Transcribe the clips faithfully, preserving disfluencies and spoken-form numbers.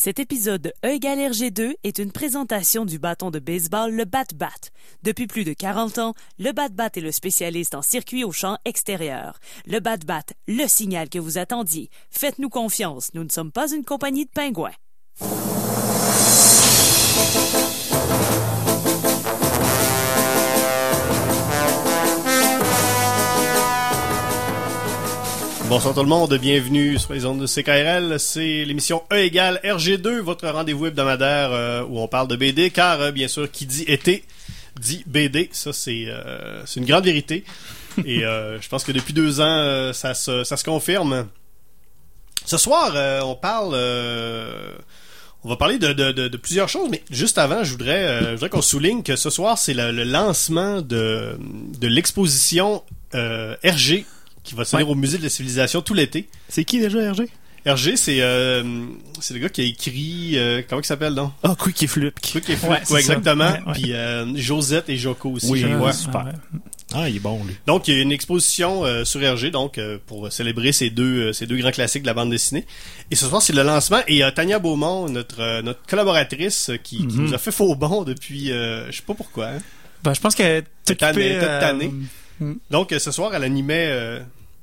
Cet épisode de E égale R G deux est une présentation du bâton de baseball, le Bat-Bat. Depuis plus de quarante ans, le Bat-Bat est le spécialiste en circuit au champ extérieur. Le Bat-Bat, le signal que vous attendiez. Faites-nous confiance, nous ne sommes pas une compagnie de pingouins. Bonsoir tout le monde, bienvenue sur les ondes de C K R L. C'est l'émission E égale R G deux, votre rendez-vous hebdomadaire euh, où on parle de B D, car euh, bien sûr, qui dit été, dit B D. Ça, c'est, euh, c'est une grande vérité. Et euh, je pense que depuis deux ans, euh, ça, se, ça se confirme. Ce soir, euh, on parle... Euh, on va parler de, de, de, de plusieurs choses, mais juste avant, je voudrais, euh, je voudrais qu'on souligne que ce soir, c'est le, le lancement de, de l'exposition euh, R G qui va se tenir ouais. au Musée de la Civilisation tout l'été. C'est qui déjà, R G? R G, c'est euh, c'est le gars qui a écrit... Euh, comment il s'appelle, non? Ah, oh, Quick et Flip. Quick et Flip, ouais, ouais, exactement. Ouais, ouais. Puis euh, Josette et Joko aussi, oui, je le ouais, vois. super. Ah, il est bon, lui. Donc, il y a une exposition euh, sur R G, donc euh, pour célébrer ces deux, euh, ces deux grands classiques de la bande dessinée. Et ce soir, c'est le lancement. Et euh, Tania Beaumont, notre, euh, notre collaboratrice, euh, qui, mm-hmm. qui nous a fait faux bond depuis... Euh, je sais pas pourquoi. Hein. Ben, je pense qu'elle est toute occupée... année. Euh... Donc, euh, ce soir, elle animait... Euh,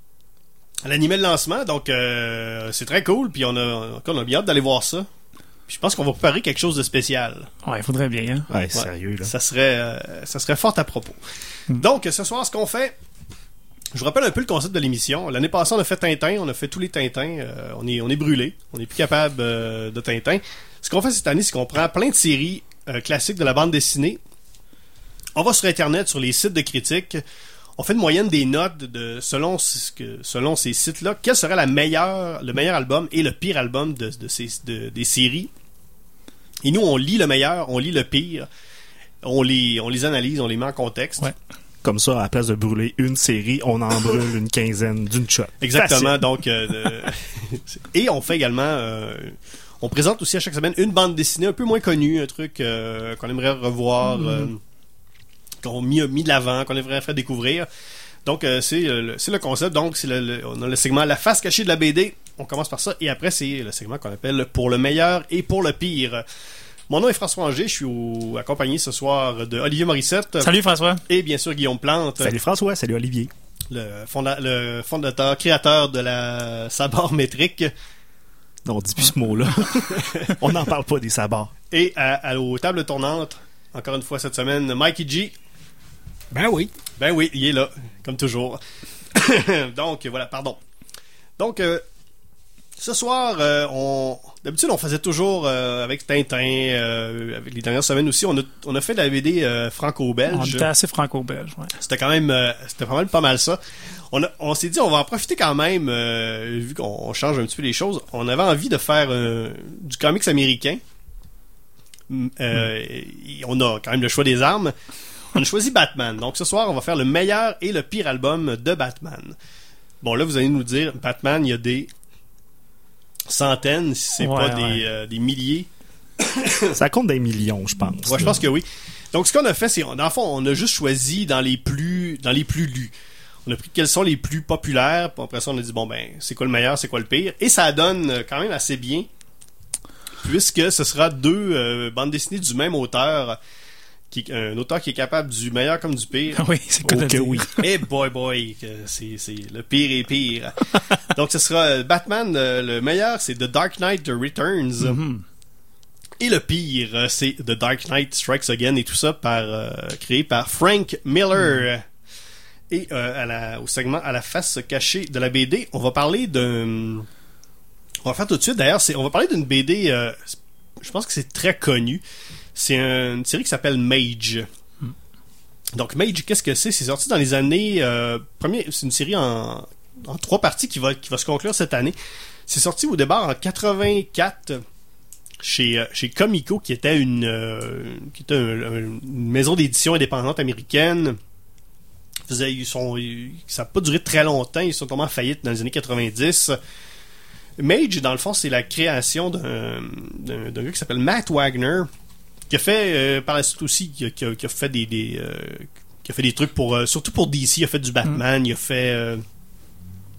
Elle animait le lancement, donc euh, c'est très cool, puis on a, on a bien hâte d'aller voir ça. Puis je pense qu'on va préparer quelque chose de spécial. Ouais, il faudrait bien. Hein? Ouais, ouais, sérieux, là. Ça serait, euh, ça serait fort à propos. Mm. Donc, ce soir, ce qu'on fait, je vous rappelle un peu le concept de l'émission. L'année passée, on a fait Tintin, on a fait tous les Tintins, euh, on est, on est brûlés, on n'est plus capable euh, de Tintin. Ce qu'on fait cette année, c'est qu'on prend plein de séries euh, classiques de la bande dessinée. On va sur Internet, sur les sites de critiques. On fait une moyenne des notes de, selon, ce que, selon ces sites-là. Quel serait la meilleure, le meilleur album et le pire album de, de ces, de, des séries? Et nous, on lit le meilleur, on lit le pire. On les, on les analyse, on les met en contexte. Ouais. Comme ça, à la place de brûler une série, on en brûle une quinzaine d'une shot. Exactement. Facile. Donc, euh, de... Et on fait également... Euh, on présente aussi à chaque semaine une bande dessinée un peu moins connue, un truc euh, qu'on aimerait revoir... Mm-hmm. Euh, qu'on a mis, mis de l'avant, qu'on aimerait faire découvrir. Donc, euh, c'est, le, c'est le concept. Donc, c'est le, le, on a le segment La face cachée de la B D. On commence par ça. Et après, c'est le segment qu'on appelle Pour le meilleur et pour le pire. Mon nom est François Angers. Je suis au, accompagné ce soir de Olivier Morissette. Salut François. Et bien sûr, Guillaume Plante. Salut François. Salut Olivier. Le, fonda, le fondateur, créateur de la Sabord métrique. Non, on dit plus ce mot-là. On n'en parle pas des sabords. Et à, à, aux tables tournantes, encore une fois cette semaine, Mikey G. Ben oui. Ben oui, il est là, comme toujours. Donc, voilà, pardon. Donc, euh, ce soir, euh, on d'habitude, on faisait toujours euh, avec Tintin, euh, avec les dernières semaines aussi, on a, on a fait de la B D euh, franco-belge. On était assez franco-belge, ouais. C'était quand même, euh, c'était pas mal, pas mal ça. On, a, on s'est dit, on va en profiter quand même, euh, vu qu'on change un petit peu les choses. On avait envie de faire euh, du comics américain. Euh, mm. On a quand même le choix des armes. On a choisi Batman. Donc ce soir, on va faire le meilleur et le pire album de Batman. Bon, là, vous allez nous dire, Batman, il y a des centaines, si c'est ouais, pas ouais. des, euh, des milliers. Ça compte des millions, je pense. Ouais, je pense que oui. Donc ce qu'on a fait, c'est, dans le fond, on a juste choisi dans les plus, dans les plus lus. On a pris quels sont les plus populaires, puis après ça, on a dit, bon, ben, c'est quoi le meilleur, c'est quoi le pire. Et ça donne quand même assez bien, puisque ce sera deux euh, bandes dessinées du même auteur. Qui, un auteur qui est capable du meilleur comme du pire. Oui, c'est cool. Oh que oui. Eh boy boy, c'est, c'est le pire et pire. Donc ce sera Batman, le, le meilleur, c'est The Dark Knight Returns. Mm-hmm. Et le pire, c'est The Dark Knight Strikes Again, et tout ça par euh, créé par Frank Miller. Mm. Et euh, à la, au segment à la face cachée de la B D, on va parler d'un... On va faire tout de suite, d'ailleurs, c'est, on va parler d'une B D, euh, je pense que c'est très connu. C'est une série qui s'appelle Mage. Hmm. Donc Mage, qu'est-ce que c'est? C'est sorti dans les années... Euh, premier, c'est une série en, en trois parties qui va, qui va se conclure cette année. C'est sorti au départ en quatre-vingt-quatre chez, chez Comico, qui était une, euh, qui était un, une maison d'édition indépendante américaine. Faisait, ils sont, ils, ça n'a pas duré très longtemps. Ils sont tombés en faillite dans les années quatre-vingt-dix. Mage, dans le fond, c'est la création d'un, d'un, d'un gars qui s'appelle Matt Wagner, qui a fait euh, par la suite aussi, qui a, qui a, qui a fait des, des euh, qui a fait des trucs pour, euh, surtout pour D C. Il a fait du Batman, mm. il a fait, euh,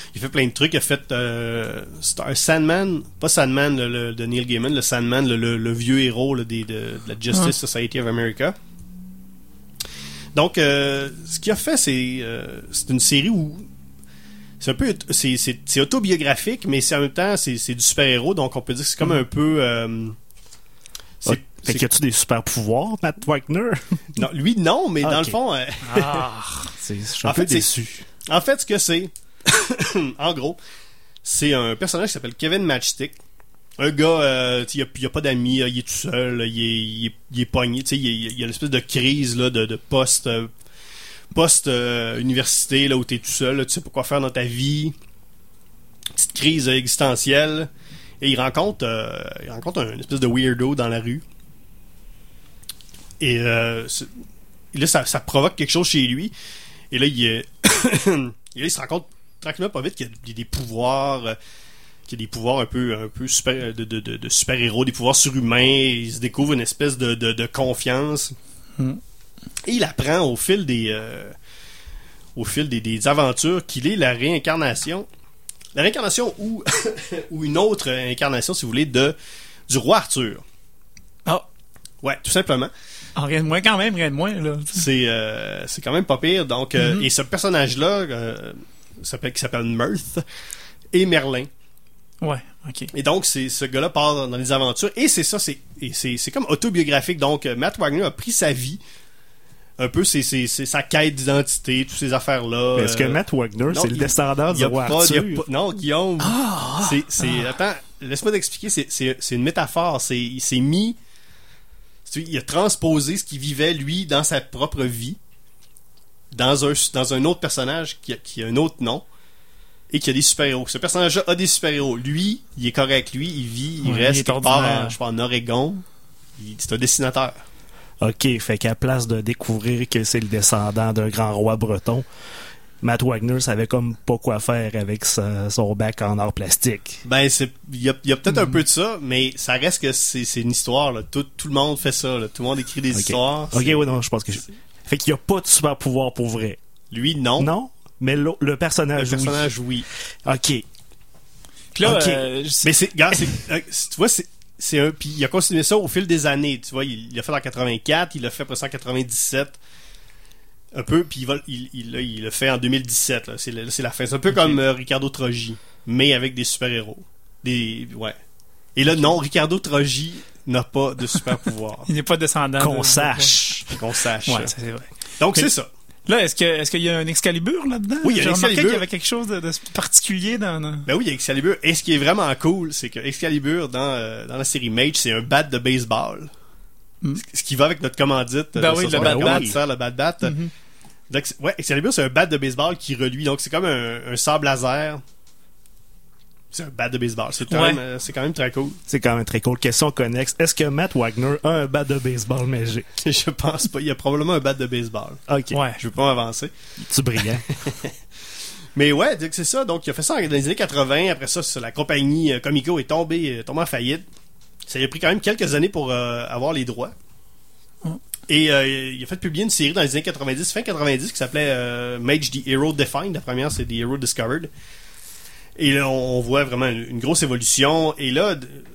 il fait plein de trucs. Il a fait euh, Star Sandman, pas Sandman le, le, de Neil Gaiman, le Sandman, le, le, le vieux héros là, des, de, de la Justice ouais. Society of America. Donc, euh, ce qu'il a fait, c'est, euh, c'est une série où c'est un peu c'est, c'est, c'est autobiographique, mais c'est en même temps c'est, c'est du super-héros, donc on peut dire que c'est comme un peu euh, c'est, okay. Fait qu'il y a-tu des super-pouvoirs, Matt Wagner? Non, lui non, mais ah, dans okay. le fond euh, ah, c'est, je suis un en peu fait, déçu. En fait, ce que c'est en gros, c'est un personnage qui s'appelle Kevin Matchstick. Un gars, euh, il n'y a, a pas d'amis, il est tout seul, il est, il est, il est pogné, il, est, il y a une espèce de crise là, de, de post, euh, post euh, université là, où tu es tout seul, là, tu sais pas quoi faire dans ta vie. Petite crise euh, existentielle. Et il rencontre, euh, il rencontre un, une espèce de weirdo dans la rue. Et, euh, et là, ça, ça provoque quelque chose chez lui. Et là, il, est et là, il se rend compte tranquillement pas vite qu'il y a des pouvoirs... Euh, qu'il y a des pouvoirs un peu, un peu super, de, de, de, de super-héros, des pouvoirs surhumains. Il se découvre une espèce de, de, de confiance. Mm. Et il apprend au fil des euh, au fil des, des aventures qu'il est la réincarnation. La réincarnation ou, ou une autre incarnation, si vous voulez, de du roi Arthur. Ah! Ouais, tout simplement. Ah, rien de moins quand même, rien de moins, là. C'est, euh, c'est quand même pas pire. Donc, euh, mm-hmm. Et ce personnage-là, euh, s'appelle, qui s'appelle Mirth, et Merlin. Ouais, ok. Et donc, c'est, ce gars-là part dans, dans les aventures. Et c'est ça, c'est, et c'est, c'est comme autobiographique. Donc, euh, Matt Wagner a pris sa vie, un peu c'est, c'est, c'est sa quête d'identité, toutes ces affaires-là. Mais est-ce que euh, Matt Wagner, non, c'est le descendant du roi pas, Arthur? Pas, non, Guillaume. Ah, c'est, c'est, ah. Attends, laisse-moi t'expliquer. C'est, c'est, c'est une métaphore. C'est, il s'est mis... Il a transposé ce qu'il vivait, lui, dans sa propre vie, dans un, dans un autre personnage qui a, qui a un autre nom. Et qu'il y a des super-héros. Ce personnage-là a des super-héros. Lui, il est correct. Lui, il vit, il ouais, reste il quelque part en, je sais pas, en Oregon. Il, c'est un dessinateur. OK, fait qu'à place de découvrir que c'est le descendant d'un grand roi breton, Matt Wagner savait comme pas quoi faire avec sa, son bac en art plastique. Ben, c'est, il y a, il y a peut-être mm. un peu de ça, mais ça reste que c'est, c'est une histoire, là. Tout, tout le monde fait ça, là. Tout le monde écrit des okay. histoires. OK, oui, non, je pense que... Je... Fait qu'il y a pas de super pouvoir pour vrai. Lui, non. Non? Mais le, le personnage, le personnage, oui. oui. OK. Puis là, okay. euh, mais c'est, regarde, c'est, euh, tu vois, c'est, c'est un, puis il a continué ça au fil des années. Tu vois, il, il l'a fait en quatre-vingt-quatre, il l'a fait après ça en quatre-vingt-dix-sept, un peu, puis il va, il, il, là, il l'a fait en deux mille dix-sept. Là, c'est, là, c'est la fin. C'est un peu okay. comme euh, Ricardo Trogi, mais avec des super-héros. Des, ouais. Et là, okay. non, Ricardo Trogi n'a pas de super-pouvoir. Il n'est pas descendant. Qu'on de, sache. De... Qu'on sache. Ouais, ça, c'est vrai. Donc mais, c'est ça. Là, est-ce que est-ce qu'il y a un Excalibur là-dedans? Oui, il y a J'ai un remarqué Excalibur. qu'il y avait quelque chose de, de particulier dans... Ben oui, il y a Excalibur. Et ce qui est vraiment cool, c'est que Excalibur, dans, euh, dans la série Mage, c'est un bat de baseball. Mm. Ce qui va avec notre commandite. Ben oui, le bat bat. Ça, le bat bat. Mm-hmm. Donc, ouais, Excalibur, c'est un bat de baseball qui reluit. Donc, c'est comme un, un sabre laser. C'est un bat de baseball. C'est quand, ouais. même, euh, c'est quand même très cool. C'est quand même très cool. Question connexe. Est-ce que Matt Wagner a un bat de baseball magique? Je pense pas. Il y a probablement un bat de baseball. OK. Ouais. Je veux pas m'avancer. C'est brillant. Mais ouais, c'est ça. Donc, il a fait ça dans les années quatre-vingts. Après ça, la compagnie euh, Comico est tombée, tombée en faillite. Ça lui a pris quand même quelques années pour euh, avoir les droits. Mm. Et euh, il a fait publier une série dans les années quatre-vingt-dix, fin quatre-vingt-dix, qui s'appelait euh, Mage the Hero Defined. La première, c'est The Hero Discovered. Et là, on voit vraiment une grosse évolution. Et là,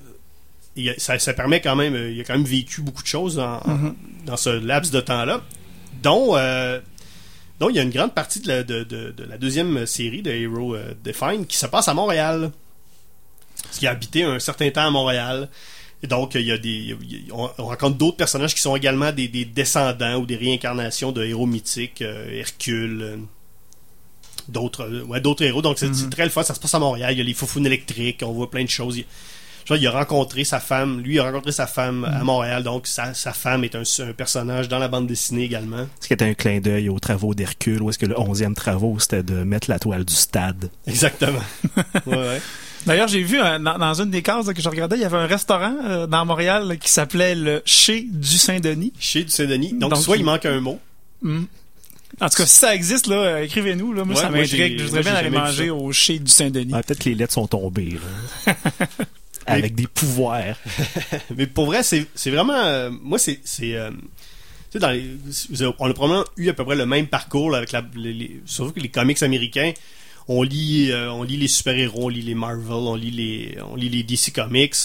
ça, ça permet quand même... Il a quand même vécu beaucoup de choses dans, mm-hmm. dans ce laps de temps-là, dont, euh, dont il y a une grande partie de la, de, de, de la deuxième série de Hero euh, Defined qui se passe à Montréal. Parce qu'il a habité un certain temps à Montréal. Et donc, il y a des, on, on rencontre d'autres personnages qui sont également des, des descendants ou des réincarnations de héros mythiques, euh, Hercule... Euh, d'autres ouais, d'autres héros, donc c'est, mm-hmm. c'est très le fun. Ça se passe à Montréal, il y a les foufounes électriques, on voit plein de choses. Il, genre, il a rencontré sa femme, lui il a rencontré sa femme mm-hmm. à Montréal, donc sa, sa femme est un, un personnage dans la bande dessinée également. Ce qui était un clin d'œil aux travaux d'Hercule, où est-ce que le onzième travaux c'était de mettre la toile du stade. Exactement. ouais, ouais. D'ailleurs, j'ai vu euh, dans, dans une des cases là, que je regardais, il y avait un restaurant euh, dans Montréal là, qui s'appelait le Chez du Saint-Denis. Chez du Saint-Denis, donc, donc soit il, il manque un mot. Mm. En tout cas, si ça existe, là, écrivez-nous. Là. Moi, ouais, ça m'intrigue. Je voudrais bien aller manger au Chez du Saint-Denis. Ah, peut-être que les lettres sont tombées. Là. Avec mais, des pouvoirs. Mais pour vrai, c'est, c'est vraiment... Euh, moi, c'est... c'est euh, tu sais, dans les, on a probablement eu à peu près le même parcours là, avec la, les, les, surtout que les comics américains. on lit, euh, on lit les super-héros, on lit les Marvel, on lit les, on lit les D C Comics.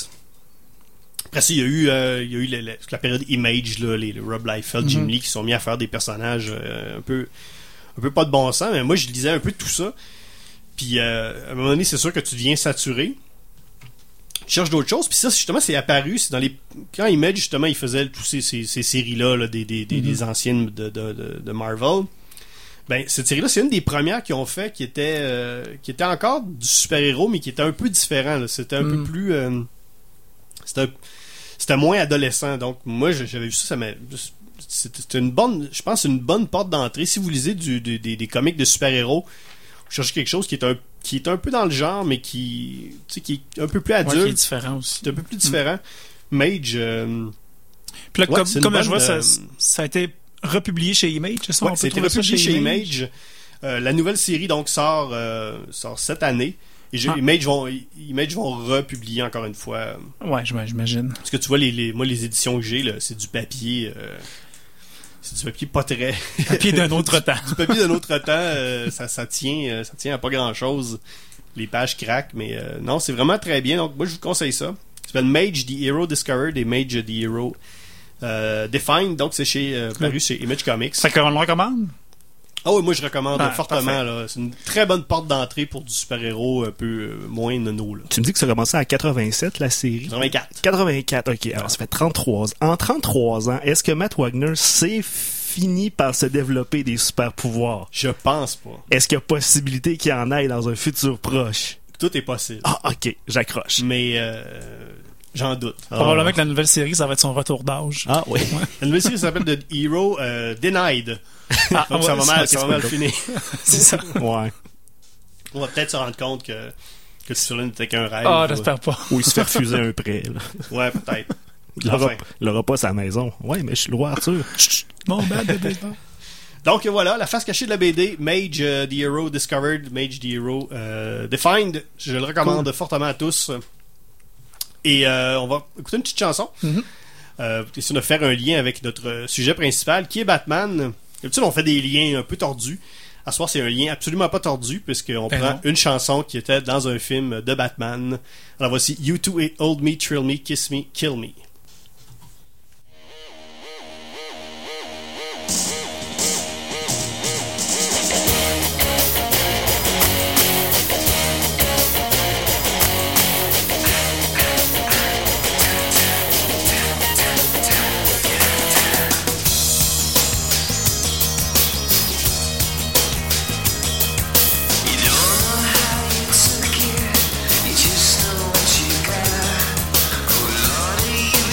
Après ça, il y a eu, euh, il y a eu la, la, la période Image, là, les, les Rob Liefeld, mm-hmm. Jim Lee, qui sont mis à faire des personnages euh, un peu, un peu pas de bon sens. Mais moi, je lisais un peu de tout ça. Puis euh, à un moment donné, c'est sûr que tu deviens saturé. Tu cherches d'autres choses. Puis ça, justement, c'est apparu. C'est dans les quand Image, justement, il faisait tous ces, ces, ces séries-là, là, des, des, des, mm-hmm. des anciennes de, de, de, de Marvel. Ben, cette série-là, c'est une des premières qu'ils ont fait qui était, euh, qui était encore du super-héros, mais qui était un peu différent. Là. C'était un mm. peu plus... Euh, c'était, c'était moins adolescent. Donc, moi, j'avais vu ça, ça m'a... C'était une bonne... Je pense une bonne porte d'entrée. Si vous lisez du, du, des, des comics de super-héros, vous cherchez quelque chose qui est un, qui est un peu dans le genre, mais qui, tu sais, qui est un peu plus adulte. Ouais, qui est différent aussi. C'est un peu plus différent. Mm. Mage... Euh, Puis là, ouais, comme, comme bonne, je vois, euh, ça, ça a été... republié chez Image, c'est ça? Ouais, c'était republié chez Image. Image. Euh, la nouvelle série donc sort euh, sort cette année. Et je, ah. Image vont Image vont republier encore une fois. Ouais, j'imagine. Parce que tu vois les, les moi les éditions que j'ai là, c'est du papier euh, c'est du papier pas très papier d'un autre temps. Du papier d'un autre temps, euh, ça ça tient ça tient à pas grand-chose. Les pages craquent mais euh, non, c'est vraiment très bien. Donc moi je vous conseille ça. Ça s'appelle Mage the Hero Discovered et Mage the Hero Euh, Defined, donc c'est chez euh, paru chez Image Comics. C'est qu'on le recommande? Ah oui, moi je recommande ah, fortement. Là. C'est une très bonne porte d'entrée pour du super-héros un peu euh, moins nono. Là. Tu me dis que ça a commencé en quatre-vingt-sept, la série? quatre-vingt-quatre. quatre-vingt-quatre, ok. Alors, ça fait trente-trois ans. En trente-trois ans, est-ce que Matt Wagner s'est fini par se développer des super-pouvoirs? Je pense pas. Est-ce qu'il y a possibilité qu'il y en ait dans un futur proche? Tout est possible. Ah, ok, j'accroche. Mais... Euh... J'en doute. Probablement ah. que la nouvelle série, ça va être son retour d'âge. Ah oui. Ouais. La nouvelle série s'appelle The Hero euh, Denied. Ah, donc ouais, ça va mal, ça va mal finir. C'est ça. Ouais. On va peut-être se rendre compte que, que ce là n'était qu'un rêve. Ah, oh, j'espère pas. Ou il se fait refuser un prêt. Là. Ouais, peut-être. Il l'aura, enfin. l'aura pas à sa maison. Ouais, mais je suis le roi Arthur. Mon bad de baseball. Donc voilà, la face cachée de la B D, Mage uh, the Hero Discovered, Mage the Hero uh, Defined. Je le recommande cool. fortement à tous. Et euh, on va écouter une petite chanson. Mm-hmm. Euh, essayer de faire un lien avec notre sujet principal, qui est Batman. D'habitude, on fait des liens un peu tordus. À ce soir, c'est un lien absolument pas tordu, puisqu'on ben prend non. une chanson qui était dans un film de Batman. Alors voici U two et Hold Me, Thrill Me, Kiss Me, Kill Me. You just know what you got. Oh Lordy,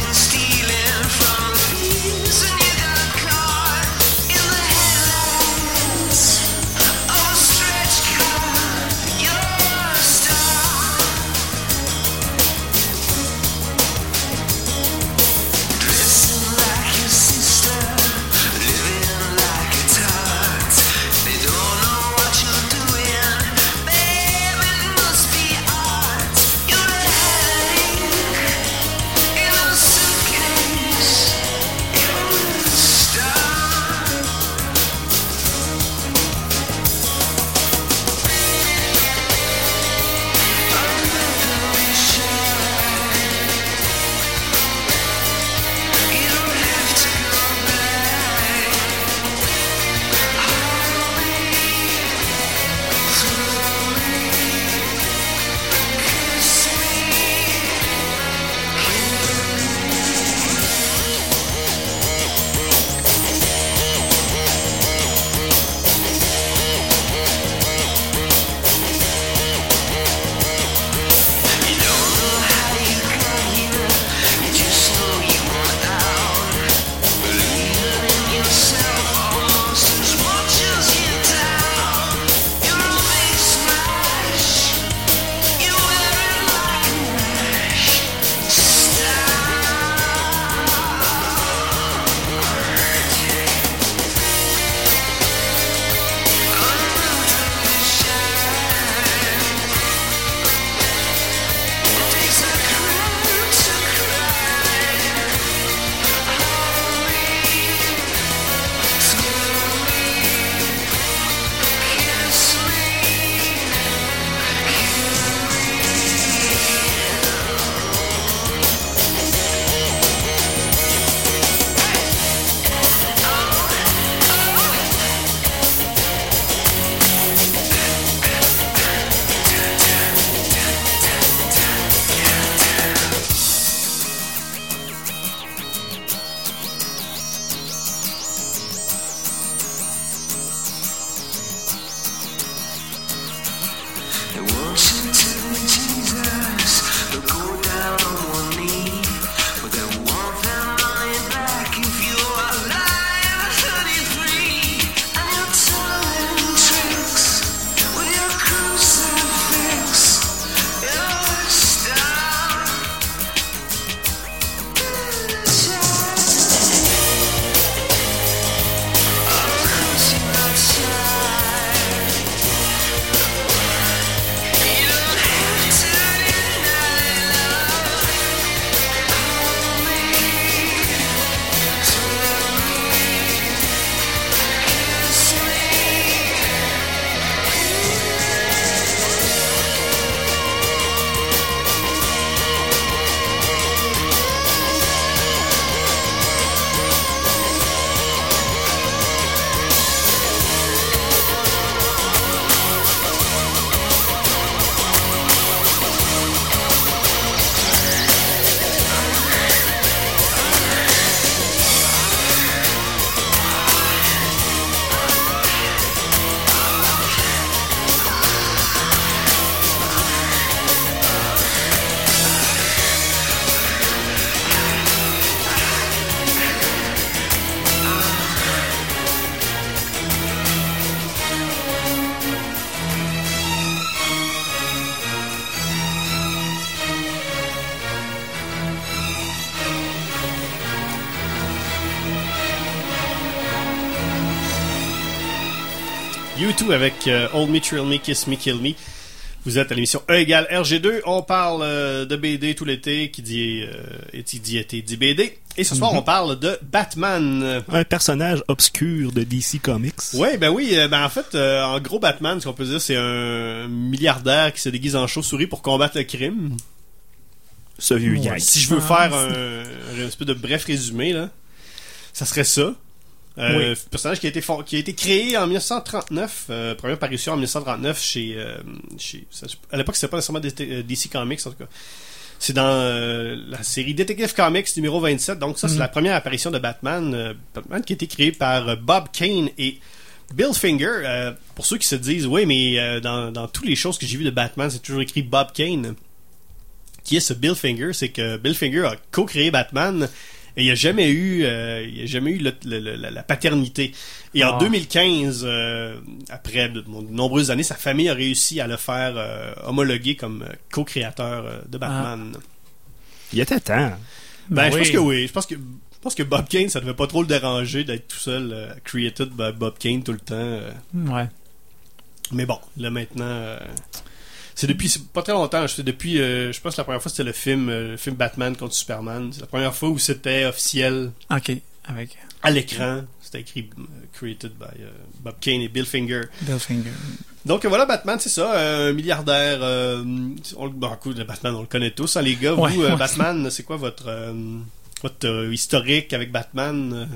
U deux avec euh, Hold Me, Thrill Me, Kiss Me, Kill Me. Vous êtes à l'émission E égale R G deux. On parle euh, de B D tout l'été, qui dit euh, été dit été dit B D. Et ce soir, mm-hmm. on parle de Batman. Un personnage obscur de D C Comics. Ouais, ben oui, euh, ben en fait, euh, en gros, Batman, ce qu'on peut dire, c'est un milliardaire qui se déguise en chauve-souris pour combattre le crime. Ce vieux ouais. gars. Si je veux faire un, un espèce de bref résumé, là, ça serait ça. Euh, oui. Personnage qui a été for- qui a été créé en dix-neuf cent trente-neuf, euh, première parution en dix-neuf cent trente-neuf chez, euh, chez ça, à l'époque c'était pas nécessairement D C Comics en tout cas. C'est dans euh, la série Detective Comics numéro vingt-sept, donc ça mm-hmm. c'est la première apparition de Batman, euh, Batman qui a été créé par euh, Bob Kane et Bill Finger. Euh, pour ceux qui se disent oui mais euh, dans dans toutes les choses que j'ai vues de Batman c'est toujours écrit Bob Kane. Qui est ce Bill Finger? C'est que Bill Finger a co-créé Batman. Et il n'y a jamais eu, euh, il y a jamais eu le, le, le, la paternité. Et oh. en deux mille quinze, euh, après de, de nombreuses années, sa famille a réussi à le faire euh, homologuer comme co-créateur euh, de Batman. Ah. Il était temps. Ben, ben je oui. pense que oui. Je pense que, je pense que Bob Kane, ça devait pas trop le déranger d'être tout seul euh, created by Bob Kane tout le temps. Euh. Ouais. Mais bon, là maintenant. Euh, C'est depuis c'est pas très longtemps. C'est depuis, euh, je pense que la première fois c'était le film, euh, le film Batman contre Superman. C'est la première fois où c'était officiel. Ok, avec. À l'écran, c'était écrit euh, created by euh, Bob Kane et Bill Finger. Bill Finger. Donc euh, voilà, Batman, c'est ça, euh, un milliardaire. Euh, on, bon, écoute, le Batman, on le connaît tous, hein, les gars. Ouais, vous, euh, ouais. Batman, c'est quoi votre euh, votre euh, historique avec Batman?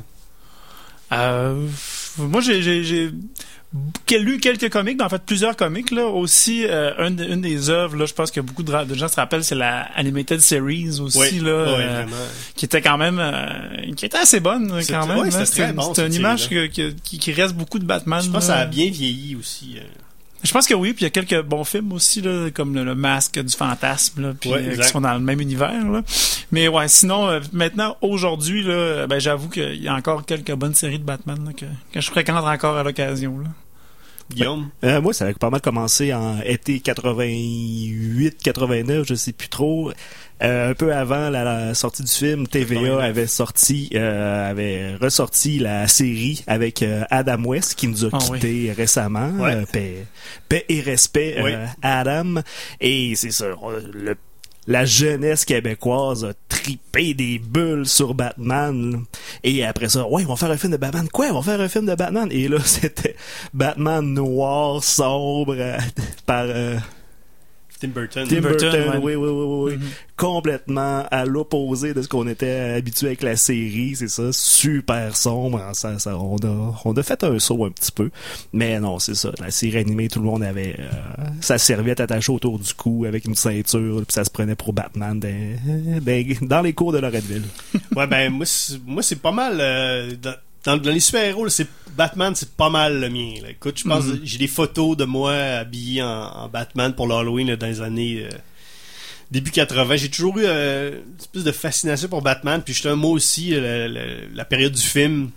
Euh, moi, j'ai, j'ai, j'ai lu quelques comics, en fait plusieurs comics là aussi. Euh, une, une des œuvres là, je pense que beaucoup de, de gens se rappellent, c'est la Animated Series aussi oui, là, oui, euh, qui était quand même, euh, qui était assez bonne c'est, quand même. Ouais, là. C'était, très bon, c'est une image que, que, qui, qui reste beaucoup de Batman. Je pense là. que ça a bien vieilli aussi. Euh. Je pense que oui, puis il y a quelques bons films aussi là, comme le, le Masque du fantasme là, puis ouais, euh, qui sont dans le même univers là. Mais ouais, sinon euh, maintenant aujourd'hui là, ben j'avoue qu'il y a encore quelques bonnes séries de Batman là, que, que je fréquente encore à l'occasion là. Guillaume? Euh, moi, ça a pas mal commencé en été quatre-vingt-huit quatre-vingt-neuf, je sais plus trop. Euh, un peu avant la, la sortie du film, T V A quatre-vingt-neuf avait sorti, euh, avait ressorti la série avec euh, Adam West qui nous a oh, quittés oui. récemment. Ouais. Euh, paix, paix et respect, oui. euh, Adam. Et c'est ça, le la jeunesse québécoise a tripé des bulles sur Batman. Et après ça, ouais, ils vont faire un film de Batman. Quoi? Ils vont faire un film de Batman? Et là, c'était Batman noir, sombre, euh, par... Euh, Tim Burton. Tim Burton, Burton oui, oui, oui, oui. Mm-hmm. Complètement à l'opposé de ce qu'on était habitué avec la série, c'est ça, super sombre. Ça, ça, on a, on a fait un saut un petit peu, mais non, c'est ça. La série animée, tout le monde avait euh, sa serviette attachée autour du cou avec une ceinture, puis ça se prenait pour Batman dans, dans, dans les cours de Loretteville. Ouais, ben moi, c'est, moi c'est pas mal. Euh, dans... Dans, dans les super-héros, là, c'est Batman, c'est pas mal le mien. Là. Écoute, je pense, mm-hmm. j'ai des photos de moi habillé en, en Batman pour l'Halloween là, dans les années euh, début quatre-vingts. J'ai toujours eu euh, une espèce de fascination pour Batman. Puis justement, moi aussi, la, la, la période du film,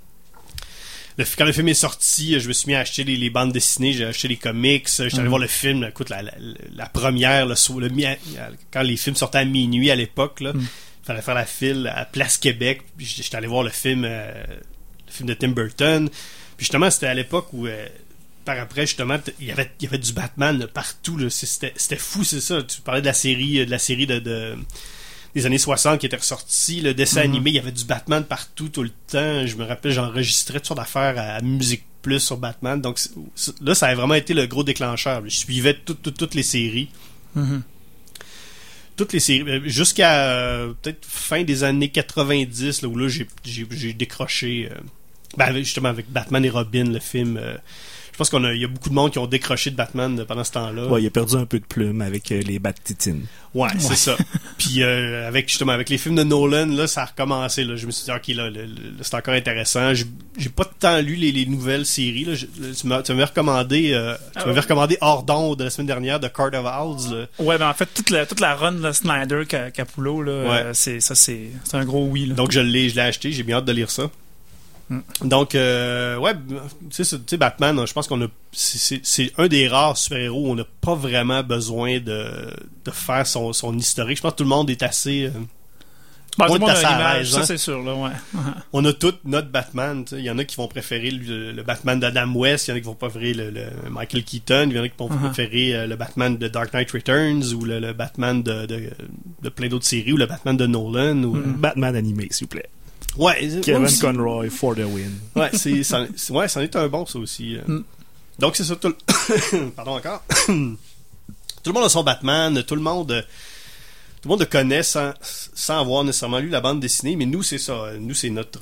le, quand le film est sorti, je me suis mis à acheter les, les bandes dessinées, j'ai acheté les comics, j'étais mm-hmm. allé voir le film. Là, écoute, la, la, la première, le, le, quand les films sortaient à minuit à l'époque, là. Mm. Fallait faire la file à Place Québec. Puis j'étais allé voir le film, euh, le film de Tim Burton. Puis justement, c'était à l'époque où, euh, par après, justement, il y avait, il y avait du Batman là, partout. Là. C'était, c'était fou, c'est ça. Tu parlais de la série, de la série de, de des années soixante qui était ressortie, le dessin mm-hmm. animé. Il y avait du Batman partout, tout le temps. Je me rappelle, j'enregistrais toutes sortes d'affaires à, à Musique Plus sur Batman. Donc là, ça a vraiment été le gros déclencheur. Je suivais tout, tout, toutes les séries. Mm-hmm. Toutes les séries, jusqu'à euh, peut-être fin des années quatre-vingt-dix, là, où là, j'ai, j'ai, j'ai décroché, euh, ben, justement, avec Batman et Robin, le film. Euh, je pense qu'il y a beaucoup de monde qui ont décroché de Batman pendant ce temps-là. Ouais, il a perdu un peu de plume avec euh, les Bat-Titines. Ouais, c'est ouais. ça. Puis, euh, avec, justement, avec les films de Nolan, là, ça a recommencé, là. Je me suis dit, OK, là, là, là c'est encore intéressant. J'ai, j'ai pas tant lu les, les nouvelles séries, là. Je, tu, m'as, tu m'avais recommandé, euh, tu m'avais ah, recommandé hors d'onde de la semaine dernière de Court of Owls, là. Ouais, ben, en fait, toute la, toute la run de Snyder, Capullo, là, ouais. euh, c'est, ça, c'est, c'est un gros oui, là. Donc, je l'ai, je l'ai acheté. J'ai bien hâte de lire ça. Donc, euh, ouais, tu sais, Batman, je pense qu'on a, c'est, c'est, c'est un des rares super-héros où on n'a pas vraiment besoin de, de faire son, son historique. Je pense que tout le monde est assez, euh, Bah, on tout le est monde a assez une à image, l'aise, ça hein. c'est sûr, là, ouais. On a tout notre Batman. Il y en a qui vont préférer le, le Batman d'Adam West, il y en a qui vont préférer le, le Michael Keaton, il y en a qui vont uh-huh. préférer euh, le Batman de Dark Knight Returns ou le, le Batman de, de, de plein d'autres séries ou le Batman de Nolan. Ou, mm. Batman animé, s'il vous plaît. Ouais, Kevin aussi. Conroy for the win. Ouais, c'est, ça, c'est, ouais, c'en est un bon, ça aussi. Mm. Donc, c'est ça. Tout le... Pardon encore. Tout le monde a son Batman. Tout le monde, tout le monde le connaît sans, sans avoir nécessairement lu la bande dessinée. Mais nous, c'est ça. Nous, c'est notre,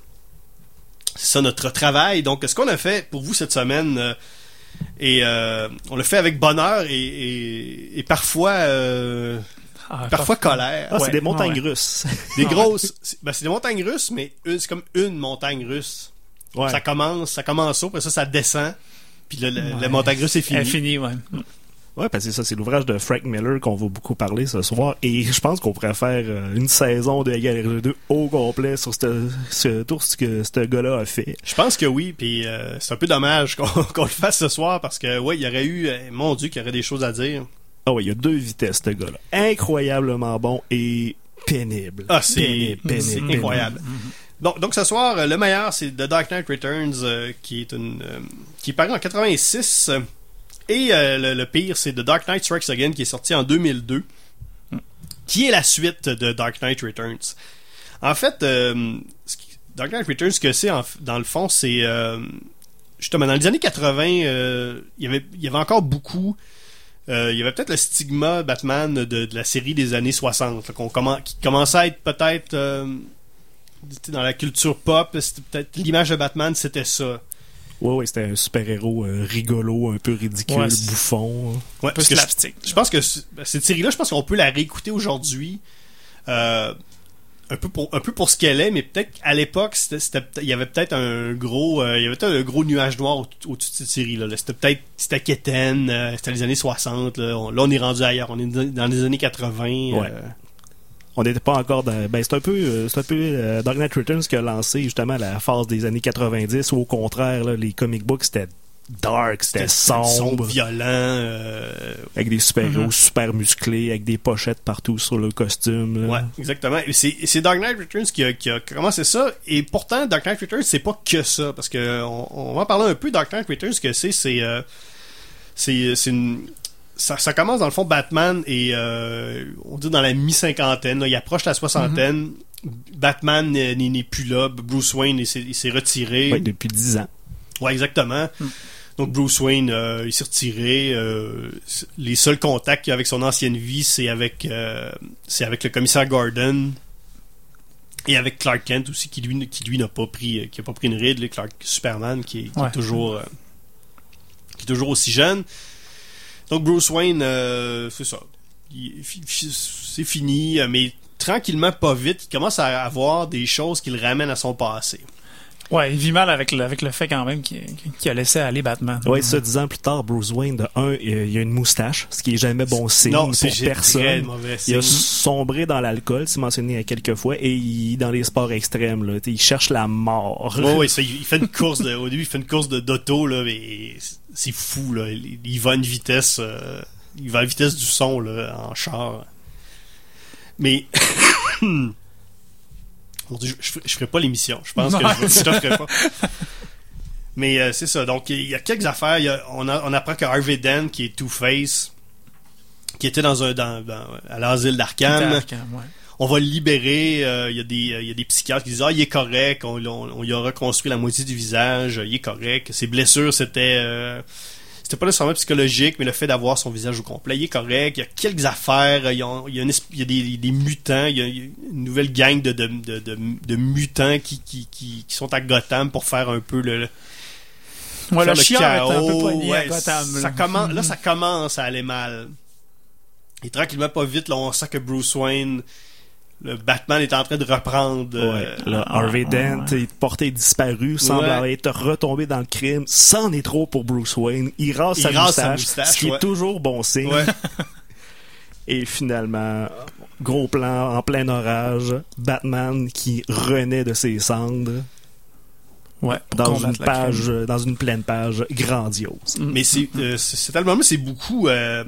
c'est ça notre travail. Donc, ce qu'on a fait pour vous cette semaine, euh, et euh, on le fait avec bonheur et, et, et parfois. Euh, Ah, Parfois colère. Ah, ouais. C'est des montagnes ah, ouais. russes. Des grosses. C'est, ben, c'est des montagnes russes, mais une, c'est comme une montagne russe. Ouais. Ça commence, ça commence haut, après ça, ça descend. Puis là, ouais. la montagne russe est finie. Elle est finie, ouais. Ouais, parce que ça, c'est l'ouvrage de Frank Miller qu'on va beaucoup parler ce soir. Et je pense qu'on pourrait faire une saison de Galerie deux au complet sur ce, ce tour que ce gars-là a fait. Je pense que oui, puis euh, c'est un peu dommage qu'on, qu'on le fasse ce soir parce que, ouais, il y aurait eu, euh, mon Dieu, qu'il y aurait des choses à dire. Ah oui, il y a deux vitesses, ce gars-là. Incroyablement bon et pénible. Ah, c'est, pénible, pénible, c'est pénible. incroyable. Mm-hmm. Donc, donc ce soir, le meilleur, c'est The Dark Knight Returns, euh, qui est une euh, qui est paru en quatre-vingt-six. Euh, et euh, le, le pire, c'est The Dark Knight Strikes Again, qui est sorti en deux mille deux, mm. qui est la suite de Dark Knight Returns. En fait, euh, Dark Knight Returns, ce que c'est, en, dans le fond, c'est... Euh, justement, dans les années quatre-vingts, euh, il y avait, il y avait encore beaucoup... Euh, il y avait peut-être le stigma Batman de, de la série des années soixante, là, qu'on commen- qui commençait à être peut-être euh, dans la culture pop. C'était peut-être l'image de Batman, c'était ça. Ouais, ouais, c'était un super-héros euh, rigolo, un peu ridicule, ouais, bouffon. Ouais, parce que je, je pense que cette série-là, je pense qu'on peut la réécouter aujourd'hui. Euh, un peu pour un peu pour ce qu'elle est, mais peut-être qu'à l'époque c'était, c'était il y avait peut-être un gros euh, il y avait peut-être un gros nuage noir au- au-dessus de cette série là, là. C'était peut-être c'était quétaine, euh, c'était les années soixante là. On, là on est rendu ailleurs, on est dans les années quatre-vingts. Ouais. Euh... On n'était pas encore dans ben c'est un peu euh, c'est un peu euh, Dark Knight Returns qui a lancé justement la phase des années quatre-vingt-dix où au contraire là, les comic books c'était dark, c'était, c'était sombre, sombre, violent, euh... avec des super-héros mm-hmm. super musclés, avec des pochettes partout sur le costume. Là. Ouais, exactement. Et c'est, c'est Dark Knight Returns qui a, qui a commencé ça. Et pourtant, Dark Knight Returns, c'est pas que ça. Parce que on, on va en parler un peu. Dark Knight Returns, ce que c'est, c'est, euh, c'est, c'est une... Ça, ça commence dans le fond, Batman et euh, on dit dans la mi-cinquantaine. Là, il approche la soixantaine. Mm-hmm. Batman n'est, n'est plus là. Bruce Wayne il s'est, il s'est retiré. Ouais, depuis dix ans. Ouais, exactement. Mm. Donc Bruce Wayne, euh, il s'est retiré. Euh, les seuls contacts qu'il a avec son ancienne vie, c'est avec, euh, c'est avec le commissaire Gordon et avec Clark Kent aussi, qui lui, qui lui n'a pas pris, qui a pas pris une ride. Là, Clark Superman, qui est, qui ouais. est toujours, euh, qui est toujours aussi jeune. Donc Bruce Wayne, euh, c'est ça, il, c'est fini, mais tranquillement, pas vite, il commence à avoir des choses qui le ramènent à son passé. Ouais, il vit mal avec le, avec le fait quand même qu'il, qu'il a laissé aller Batman. Ouais, ça, dix ans plus tard, Bruce Wayne, de un, il a une moustache, ce qui est jamais bon signe non, pour c'est personne. Très mauvais signe. Il a sombré dans l'alcool, c'est mentionné à quelques fois, et il, dans les sports extrêmes, là, il cherche la mort. Ouais, ouais, ça, il fait une course de, au début, il fait une course de, d'auto, là, mais c'est fou, là. Il, il va à une vitesse, euh, il va à la vitesse du son, là, en char. Mais, Mon Dieu, je, je, je ferai pas l'émission. Je pense que je, je te ferai pas. Mais euh, c'est ça. Donc, il y a quelques affaires. Il y a, on, a, on apprend que Harvey Dent, qui est Two-Face, qui était dans un dans, dans, à l'asile d'Arkham, Arkham ouais. on va le libérer. Euh, il y a des il y a des psychiatres qui disent ah il est correct. On, on, on lui a reconstruit la moitié du visage. Il est correct. Ses blessures c'était euh, c'était pas nécessairement psychologique, mais le fait d'avoir son visage au complet, il est correct. Il y a quelques affaires. Il y a, il y a, une, il y a des, des mutants. Il y a une nouvelle gang de, de, de, de, de mutants qui, qui, qui, qui sont à Gotham pour faire un peu le... le ouais, le le chien chaos. est un peu pogné ouais, à Gotham. Ça commence, là, ça commence à aller mal. Et tranquillement, pas vite, là, on sent que Bruce Wayne... Le Batman est en train de reprendre. Ouais, euh, là, Harvey ah, Dent ouais. est porté disparu, semble ouais. être retombé dans le crime. C'en est trop pour Bruce Wayne. Il rase, Il sa, rase moustache, sa moustache, ce qui ouais. est toujours bon signe. Ouais. Et finalement, gros plan en plein orage, Batman qui renaît de ses cendres. Ouais, dans une page, dans une pleine page grandiose. Mais c'est, euh, c'est, cet album-là, c'est beaucoup. Euh,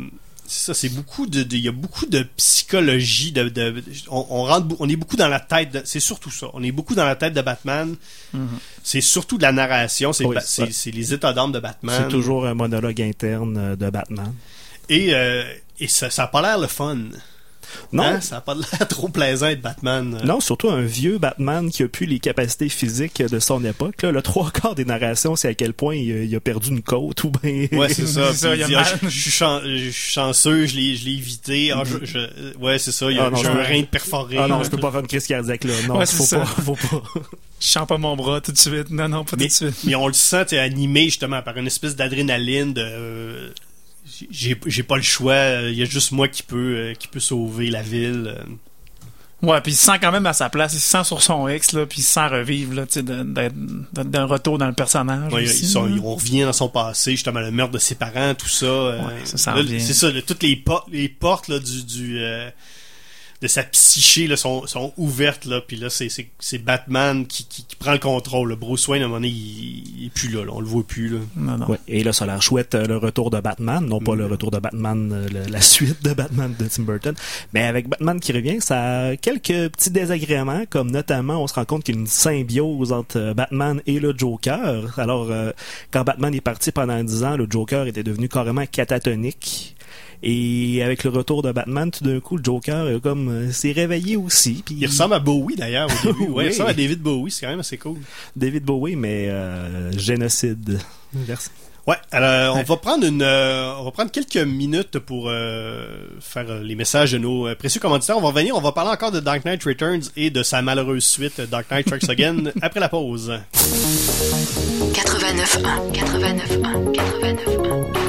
c'est ça, c'est beaucoup de, il y a beaucoup de psychologie, de, de, de on, on rentre, on est beaucoup dans la tête, de, c'est surtout ça, on est beaucoup dans la tête de Batman. Mm-hmm. C'est surtout de la narration, c'est, oui, ba- c'est, c'est les états d'âme de Batman. C'est toujours un monologue interne de Batman. Et, euh, et ça, ça a pas l'air le fun. Non. Hein? Ça a pas l'air trop plaisant d'être Batman. Non, surtout un vieux Batman qui a plus les capacités physiques de son époque. Là, le trois quarts des narrations, c'est à quel point il a, il a perdu une côte ou bien... Ouais, c'est ça. C'est ça, il il dit, a ah, mal. je, je suis chan- je suis chanceux, je l'ai, je l'ai évité. Ah, je, je, ouais, c'est ça. Il y a, Ah non, j'ai je un peux- rein de perforé. Ah non, je peux pas faire une crise cardiaque là. Non, Ouais, faut c'est pas, ça. faut pas. Je sens pas mon bras tout de suite. Non, non, pas mais, tout de suite. mais on le sent, t'es animé justement par une espèce d'adrénaline de... Euh, j'ai, j'ai pas le choix. Il y a juste moi qui peut, euh, qui peut sauver la ville. Ouais, puis il se sent quand même à sa place, il se sent sur son ex, là, puis il se sent revivre, là, tu sais, d'un, d'un, d'un retour dans le personnage. Ouais, aussi, ils sont, là. on revient dans son passé, justement, le meurtre de ses parents, tout ça. Euh, Ouais, ça sent là, bien. c'est ça, là, toutes les, po- les portes là, du, du euh, de sa psyché là, sont, sont ouvertes, là, puis là, c'est, c'est, c'est Batman qui, qui, qui prend le contrôle. Là. Bruce Wayne, à un moment donné, il, il est plus là, là, on le voit plus. Là. Non, non. Ouais. Et là, ça a l'air chouette, euh, le retour de Batman. Non pas Mm. le retour de Batman, euh, le- la suite de Batman de Tim Burton. Mais avec Batman qui revient, ça a quelques petits désagréments, comme notamment, on se rend compte qu'il y a une symbiose entre euh, Batman et le Joker. Alors, euh, quand Batman est parti pendant dix ans, le Joker était devenu carrément catatonique. Et avec le retour de Batman, tout d'un coup, le Joker euh, comme euh, s'est réveillé aussi. Puis Il ressemble à Bowie, d'ailleurs, au début. Ouais, Oui. il ressemble à David Bowie, c'est quand même assez cool. David Bowie, mais euh, génocide. Merci. Ouais, alors, on va prendre une, euh, on va prendre quelques minutes pour euh, faire euh, les messages de nos euh, précieux commanditaires. On va revenir, on va parler encore de Dark Knight Returns et de sa malheureuse suite Dark Knight Strikes Again après la pause. quatre-vingt-neuf un, quatre-vingt-neuf un, quatre-vingt-neuf un, quatre-vingt-neuf un.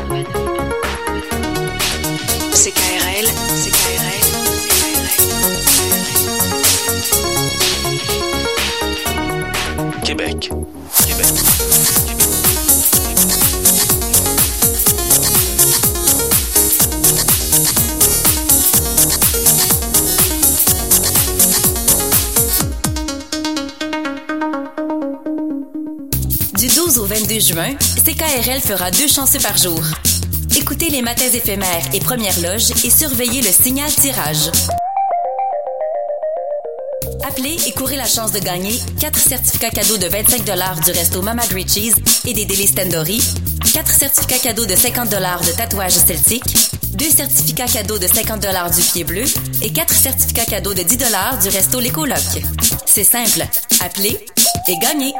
C K R L, C K R L, C K R L. Québec. Québec. Du douze au vingt-deux juin, C K R L fera deux chanceux par jour. Écoutez les matins éphémères et premières loges et surveillez le signal tirage. Appelez et courez la chance de gagner quatre certificats cadeaux de vingt-cinq dollars du resto Mama Griechies et des délices Tandoori, quatre certificats cadeaux de cinquante dollars de tatouage celtique, deux certificats cadeaux de cinquante dollars du Pied Bleu et quatre certificats cadeaux de dix dollars du resto Les Colocs. C'est simple. Appelez et gagnez.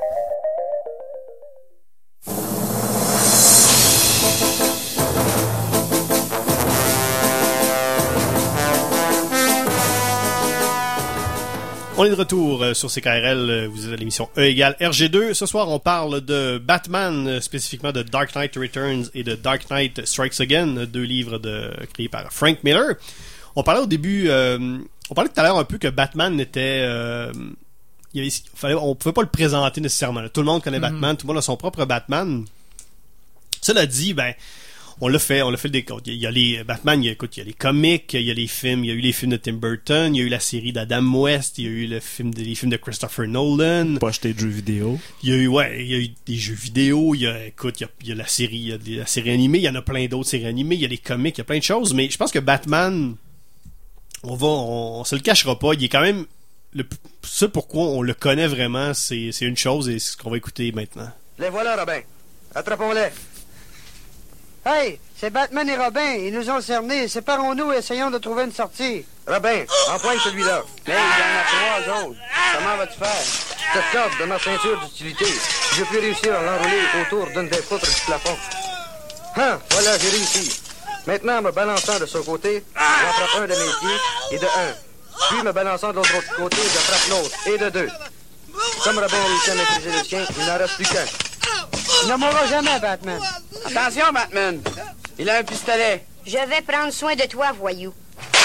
On est de retour euh, sur C K R L, euh, vous êtes à l'émission E égale R G deux. Ce soir, on parle de Batman, euh, spécifiquement de Dark Knight Returns et de Dark Knight Strikes Again, deux livres de, créés par Frank Miller. On parlait au début, euh, on parlait tout à l'heure un peu que Batman était... Euh, il y avait, il fallait, on pouvait pas le présenter nécessairement. Là. Tout le monde connaît mm-hmm. Batman, tout le monde a son propre Batman. Cela dit, ben... On l'a fait, on l'a fait le décompte. Il y a les Batman, il y a, écoute, il y a les comics, il y a les films, il y a eu les films de Tim Burton, il y a eu la série d'Adam West, il y a eu le film de, les films de Christopher Nolan. Pas acheter de jeux vidéo. Il y a eu, ouais, il y a eu des jeux vidéo, il y a, écoute, il y a, il y a la série, il y a des, la série animée, il y en a plein d'autres séries animées, il y a les comics, il y a plein de choses, mais je pense que Batman, on va, on, on se le cachera pas, il est quand même, le, ce pourquoi on le connaît vraiment, c'est, c'est une chose et c'est ce qu'on va écouter maintenant. Les voilà, Robin. Attrapons-les. Hey, c'est Batman et Robin. Ils nous ont cernés. Séparons-nous et essayons de trouver une sortie. Robin, empoigne celui-là. Mais il y en a trois autres. Comment vas-tu faire? Je te sors de ma ceinture d'utilité. Je peux réussir à l'enrouler autour d'une des poutres du plafond. Hein, voilà, j'ai réussi. Maintenant, me balançant de ce côté, j'en frappe un de mes pieds et de un. Puis, me balançant de l'autre côté, je frappe l'autre et de deux. Comme Robin a réussi à maîtriser le sien, il n'en reste plus qu'un. Il ne mourra jamais, Batman. Attention, Batman. Il a un pistolet. Je vais prendre soin de toi, voyou.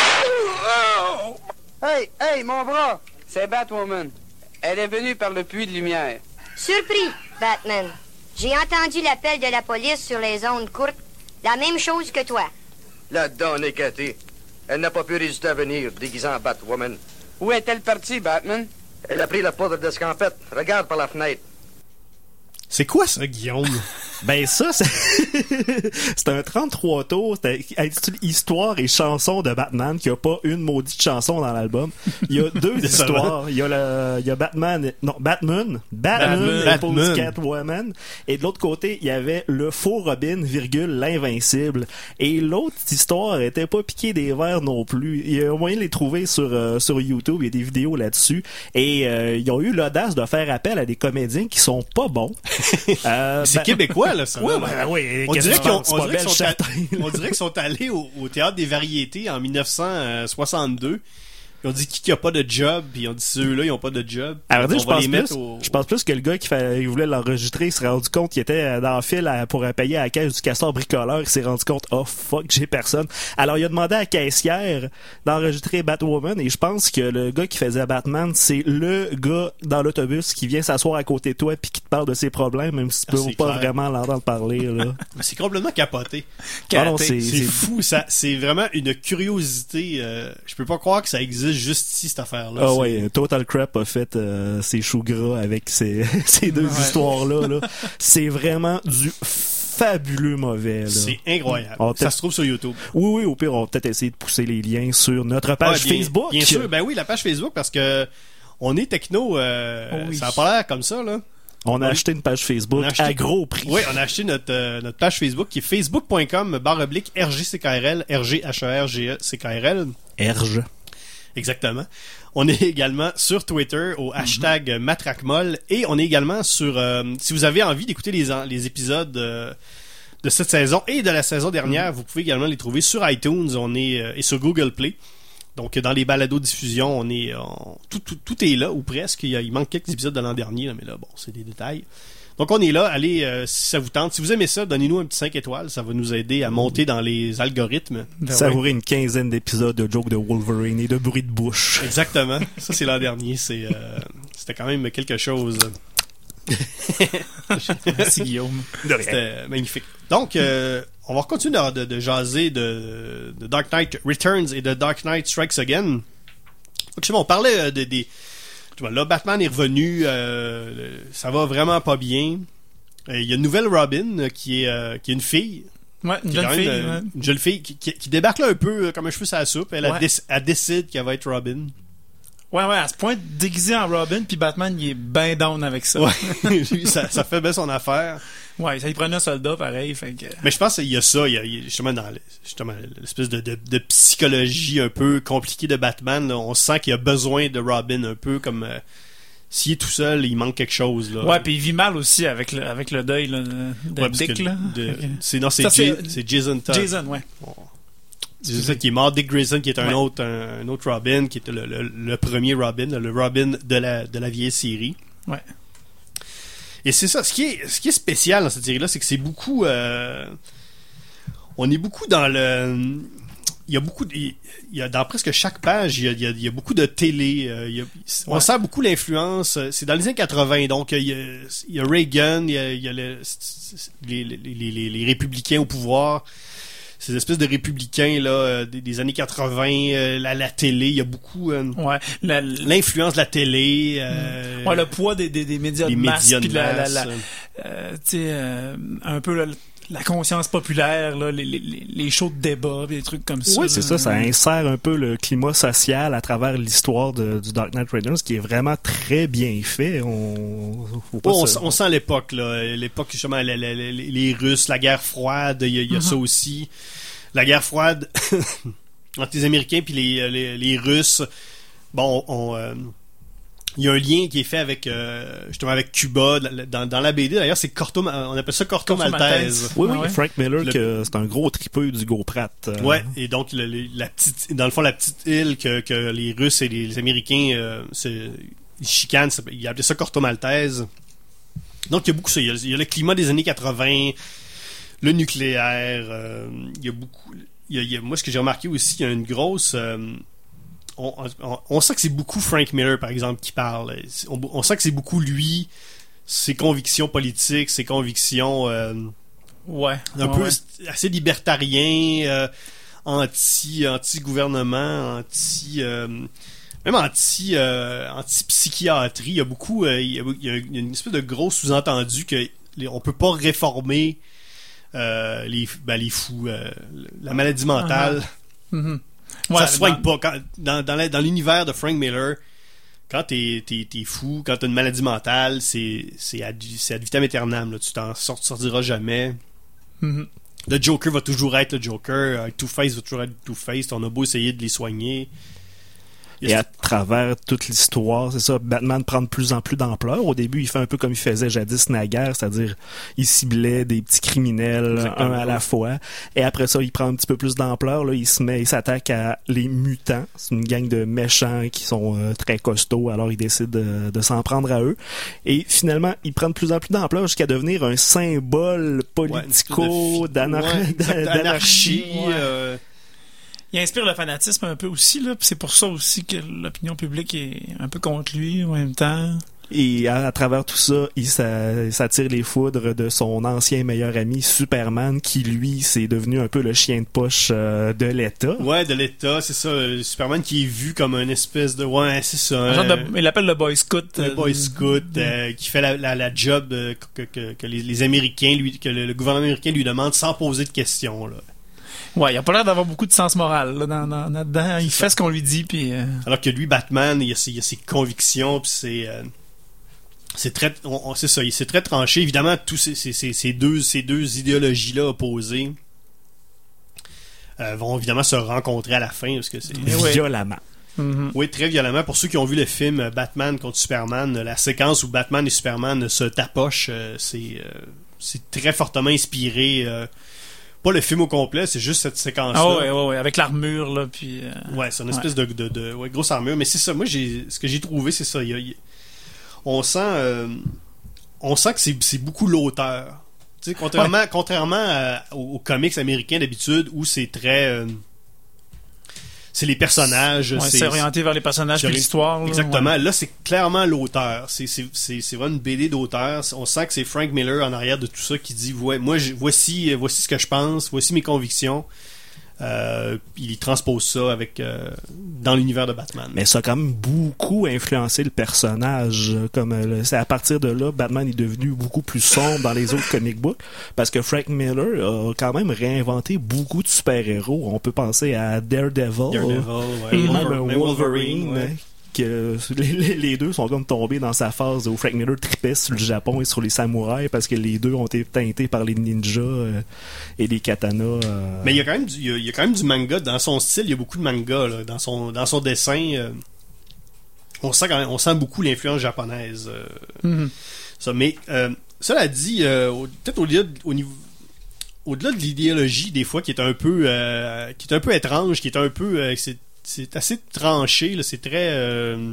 Hey, hey, mon bras. C'est Batwoman. Elle est venue par le puits de lumière. Surpris, Batman. J'ai entendu l'appel de la police sur les ondes courtes. La même chose que toi. Là-dedans, on est gâté. Elle n'a pas pu résister à venir, déguisant en Batwoman. Où est-elle partie, Batman? Elle a pris la poudre d'escampette. Regarde par la fenêtre. C'est quoi ça, Guillaume? Ben ça, c'est, c'est un trente-trois tours, c'était intitulé Histoire et chansons de Batman, qui a pas une maudite chanson dans l'album. Il y a deux histoires. Il y a le, il y a Batman, non, Batman, Batman, Batman, Batman. Catwoman. Et de l'autre côté, il y avait le faux Robin, virgule, l'invincible. Et l'autre histoire était pas piquée des verres non plus. Il y a moyen de les trouver sur, euh, sur YouTube. Il y a des vidéos là-dessus. Et, euh, ils ont eu l'audace de faire appel à des comédiens qui sont pas bons. euh, c'est ben, québécois, là, ça. Oui, là, ben, oui. On dirait qu'ils ont- c'est on pas dirait qu'ils belle sont, châtain, a- on dirait qu'ils sont allés au, au Théâtre des Variétés en dix-neuf cent soixante-deux. Ils ont dit qui qui a pas de job, puis ils ont dit ceux-là, ils ont pas de job. À vrai dire, On je va pense, les plus, mettre au... je pense plus que le gars qui, fait, il voulait l'enregistrer, il s'est rendu compte qu'il était dans le fil à- pour payer à la caisse du castor bricoleur. Il s'est rendu compte, oh fuck, j'ai personne. Alors, il a demandé à la caissière d'enregistrer Batwoman, et je pense que le gars qui faisait Batman, c'est le gars dans l'autobus qui vient s'asseoir à côté de toi puis qui te parle de ses problèmes, même si tu Ah, peux c'est pas clair. vraiment l'entendre parler, là. Mais c'est complètement capoté. Ah non, C'est c'est- c'est- fou, ça. C'est vraiment une curiosité. Euh, je peux pas croire que ça existe juste ici, cette affaire-là. Ah C'est- ouais, Total Crap a fait euh, ses choux gras avec ces, ces deux Ouais. histoires-là. Là. C'est vraiment du fabuleux mauvais. Là. C'est incroyable. On va Ça peut-être- se trouve sur YouTube. Oui, oui, au pire, on va peut-être essayer de pousser les liens sur notre page Ouais, bien- Facebook. Bien sûr, ben oui, la page Facebook, parce que on est techno, euh, Oh oui. ça a pas l'air comme ça, là. On a Oui. acheté une page Facebook On a acheté- à gros prix. Oui, on a acheté notre, euh, notre page Facebook qui est facebook.com barre oblique R G C K R L, R G H E R G E C K R L. Erge. Exactement. On est également sur Twitter au hashtag MatraqueMolle et on est également sur... euh, si vous avez envie d'écouter les, en- les épisodes euh, de cette saison et de la saison dernière, vous pouvez également les trouver sur iTunes on est, euh, et sur Google Play. Donc, dans les balados-diffusions, on est, on- tout, tout, tout est là, ou presque. Il, y a- il manque quelques épisodes de l'an dernier, là, mais là, bon, c'est des détails. Donc, on est là. Allez, euh, si ça vous tente. Si vous aimez ça, donnez-nous un petit cinq étoiles. Ça va nous aider à monter dans les algorithmes. Ben Savourer une quinzaine d'épisodes de jokes de Wolverine et de bruits de bouche. Exactement. Ça, c'est l'an dernier. C'est, euh, c'était quand même quelque chose. Merci Guillaume. C'était magnifique. Donc, euh, on va continuer de, de, de jaser de, de Dark Knight Returns et de Dark Knight Strikes Again. Donc, je sais pas, on parlait euh, de, des... tu vois, là, Batman est revenu. Euh, le- ça va vraiment pas bien. Euh, Il y a une nouvelle Robin euh, qui est, euh, qui est une fille. Ouais, une Qui est jeune quand fille. même, euh, ouais. Une jeune fille qui, qui, qui débarque là un peu euh, comme un cheveu sur la soupe. Elle, elle Ouais. déc- elle décide qu'elle va être Robin. Ouais, ouais, à ce point, déguisé en Robin, puis Batman, il est ben down avec ça. Ouais. Lui, ça, ça fait bien son affaire. Ouais, ça y prenait un soldat, pareil, fait que... Mais je pense qu'il y a ça, il y a, il y a justement dans le- justement l'espèce de, de, de psychologie un peu compliquée de Batman, là, on sent qu'il y a besoin de Robin un peu comme euh, s'il est tout seul, il manque quelque chose là. Ouais, puis il vit mal aussi avec le, avec le deuil, là, de Ouais, parce Dick, que là. de- Fait que- c'est non, c'est, Ça, J- c'est- c'est Jason Todd. Jason, ouais. C'est ça qui est mort, Dick Grayson qui est un Ouais. autre un, un autre Robin qui était le, le, le premier Robin, le Robin de la de la vieille série. Ouais. Et c'est ça, ce qui est ce qui est spécial dans cette série là, c'est que c'est beaucoup euh, on est beaucoup dans le il y a beaucoup de, il y a dans presque chaque page il y a, il y a, il y a beaucoup de télé euh, il y a, on Ouais. sent beaucoup l'influence, c'est dans les années quatre-vingts, donc il y a, il y a Reagan, il y a, il y a le- les, les, les, les, les républicains au pouvoir, ces espèces de républicains là euh, des, des années quatre-vingts, euh, la, la télé, il y a beaucoup euh, Ouais. La- l'influence de la télé, euh, ouais, le poids des, des, des médias les de masse, médias de puis la, la, masse, la- euh, euh, tu sais, euh, un peu la, la conscience populaire, là, les, les, les les shows de débat, puis des trucs comme ça. Oui, c'est là. ça, ça insère un peu le climat social à travers l'histoire de, du Dark Knight Returns, qui est vraiment très bien fait. On, faut pas Oh, on, se- sent- on sent l'époque, là. L'époque, justement, la- la- la- les Russes, la guerre froide, il y a, il y a ça aussi. La guerre froide entre les Américains puis les, les, les Russes. Bon, on, euh, il y a un lien qui est fait avec euh, justement avec Cuba dans, dans la B D. D'ailleurs, c'est Corto, on appelle ça Corto, Corto Maltese. Maltese. Oui, Ah oui, ouais. Frank Miller, Le- que c'est un gros tripeux du Go Pratt. euh, Ouais, et donc le- le- la petite, dans le fond, la petite île que, que les Russes et les, les Américains euh, se, ils chicanent, ça- ils appelaient ça Corto Maltese. Donc il y a beaucoup ça. Il y a, il y a le climat des années quatre-vingts, le nucléaire. euh, il y a beaucoup. Il y a, il y a- moi, ce que j'ai remarqué aussi, il y a une grosse. euh, on, on, on sent que c'est beaucoup Frank Miller, par exemple, qui parle. On, on sent que c'est beaucoup lui, ses convictions politiques, ses convictions. euh, Ouais. un ouais, peu ouais. st- assez libertarien, euh, anti anti gouvernement, anti euh, même anti euh, anti psychiatrie. Il y a beaucoup, euh, il, y a, il y a une espèce de gros sous-entendu que les, on peut pas réformer euh, les, ben, les fous, euh, la maladie mentale. Uh-huh. Mm-hmm. Ça Ouais, se soigne dans- pas. Quand, dans, dans, la- dans l'univers de Frank Miller, quand t'es, t'es, t'es fou, quand t'as une maladie mentale, c'est, c'est, ad, c'est ad vitam aeternam. Là. Tu t'en sort- sortiras jamais. Mhm. Le Joker va toujours être le Joker. euh, Two-Face va toujours être Two-Face. On a beau essayer de les soigner. Et à travers toute l'histoire, c'est ça, Batman prend de plus en plus d'ampleur. Au début, il fait un peu comme il faisait jadis naguère, c'est-à-dire il ciblait des petits criminels, Exactement. un à la fois. Et après ça, il prend un petit peu plus d'ampleur. Là, il se met, il s'attaque à les mutants. C'est une gang de méchants qui sont euh, très costauds. Alors, il décide de, de s'en prendre à eux. Et finalement, il prend de plus en plus d'ampleur jusqu'à devenir un symbole politico, Ouais, d'anar- ouais, exact, d'anarchie. anarchie. ouais. euh, Il inspire le fanatisme un peu aussi, là. Puis c'est pour ça aussi que l'opinion publique est un peu contre lui en même temps. Et à, à travers tout ça, il s'a- il s'attire les foudres de son ancien meilleur ami Superman, qui lui, c'est devenu un peu le chien de poche euh, de l'État. Ouais, de l'État, c'est ça. euh, Superman qui est vu comme une espèce de... Ouais, c'est ça. Un genre euh, de- il l'appelle le Boy Scout. le euh, Boy Scout euh, qui fait la, la, la job euh, que, que, que les, les Américains, lui, que le, le gouvernement américain lui demande sans poser de questions. Là. Ouais, il a pas l'air d'avoir beaucoup de sens moral là, dans, dans, là-dedans. Il fait ce qu'on lui dit, puis... euh, Alors que lui, Batman, il a ses, il a ses convictions, puis c'est... euh, c'est très... On, on- c'est ça, il- c'est très tranché. Évidemment, tous ces, ces, ces, ces deux, ces deux idéologies-là opposées euh, vont évidemment se rencontrer à la fin, parce que c'est... Eh ouais. Violemment. mhm. Oui, très violemment. Pour ceux qui ont vu le film euh, Batman contre Superman, euh, la séquence où Batman et Superman se tapochent, euh, c'est, euh, c'est très fortement inspiré. euh, pas le film au complet, c'est juste cette séquence-là. Ah ouais, ouais, ouais, avec l'armure, là, puis... euh, Ouais, c'est une espèce de, de, de ouais, grosse armure. Mais c'est ça, moi, j'ai, ce que j'ai trouvé, c'est ça. Il y a- il y a- on sent, euh, on sent que c'est, c'est beaucoup l'auteur. Tu sais, contrairement, contrairement à- aux, aux comics américains d'habitude, où c'est très... euh, c'est les personnages. ouais, c'est orienté vers les personnages c'est et ori- l'histoire. là, Exactement. ouais. Là, c'est clairement l'auteur. C'est, c'est, c'est, c'est vraiment une B D d'auteur. On sent que c'est Frank Miller en arrière de tout ça qui dit ouais, moi, je- voici, voici ce que je pense, voici mes convictions. Euh, il transpose ça avec euh, dans l'univers de Batman. Mais ça a quand même beaucoup influencé le personnage. Comme euh, le- c'est à partir de là, Batman est devenu beaucoup plus sombre dans les autres comic books, parce que Frank Miller a quand même réinventé beaucoup de super-héros. On peut penser à Daredevil, Daredevil, et ouais, même Wolver- mais Wolverine, ouais. que les, les- les deux sont comme tombés dans sa phase où Frank Miller tripait sur le Japon et sur les samouraïs, parce que les deux ont été teintés par les ninjas euh, et les katanas. euh, Mais il y a quand même du, il y a, il y a quand même du manga dans son style. Il y a beaucoup de manga là, dans son dans son dessin. euh, on sent quand même, on sent beaucoup l'influence japonaise. euh, Mhm. Ça, mais euh, cela dit, euh, au- peut-être au-delà de, au niveau, au-delà de l'idéologie des fois qui est un peu, euh, qui est un peu étrange, qui est un peu, euh, c'est, c'est assez tranché, là, c'est très, euh,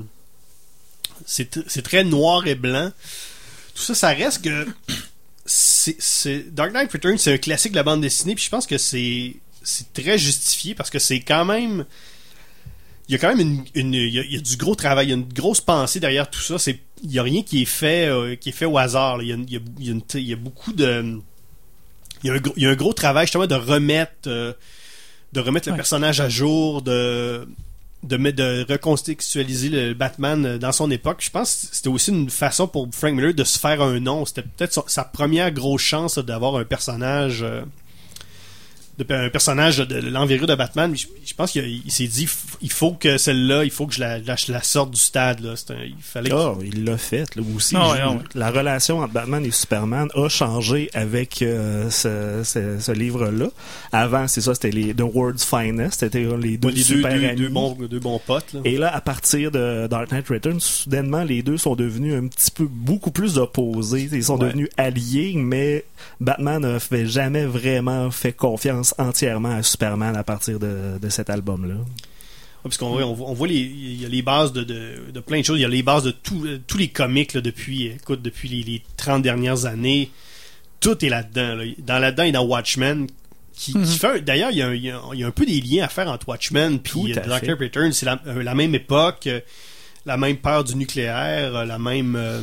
c'est, tr- c'est très noir et blanc. Tout ça, ça reste que c'est, c'est Dark Knight Returns, c'est un classique de la bande dessinée, puis je pense que c'est, c'est très justifié parce que c'est quand même il y a quand même une, une il, y a, il y a du gros travail, il y a une grosse pensée derrière tout ça. C'est, il y a rien qui est fait, euh, qui est fait au hasard. Là. Il y a, il y a, il y a une- il y a beaucoup de, il y a un, gros- il y a un gros travail justement de remettre, euh, de remettre le Ouais. personnage à jour, de, de mettre, de recontextualiser le Batman dans son époque. Je pense que c'était aussi une façon pour Frank Miller de se faire un nom. C'était peut-être son- sa première grosse chance là, d'avoir un personnage. euh, de, un personnage de l'envergure de Batman. Je, je pense qu'il il s'est dit f- il faut que celle-là, il faut que je la, la, je la sorte du stade. Là. C'est un- il fallait que- Oh, il l'a fait. Là, aussi, Ah ouais, je- ah ouais. La relation entre Batman et Superman a changé avec euh, ce, ce, ce livre-là. Avant, c'est ça, c'était les The World's Finest. C'était les deux les deux, super deux, amis. deux bons, deux bons potes. Là. Et là, à partir de Dark Knight Returns, soudainement, les deux sont devenus un petit peu, beaucoup plus opposés. Ils sont Ouais. devenus alliés, mais Batman n'a fait jamais vraiment fait confiance entièrement à Superman à partir de, de cet album-là. Ouais, parce qu'on voit, on voit, on voit les, il y a les bases de, de, de plein de choses. Il y a les bases de tout, euh, tous les comics là, depuis, écoute, depuis les, les trente dernières années. Tout est là-dedans. Là. Dans là-dedans et dans Watchmen. Qui, qui Mhm. fait un- d'ailleurs, il y, a un, il, y a, il y a un peu des liens à faire entre Watchmen Tout et à Dark fait. Knight Returns. C'est la, euh, la même époque, euh, la même peur du nucléaire, euh, la même euh,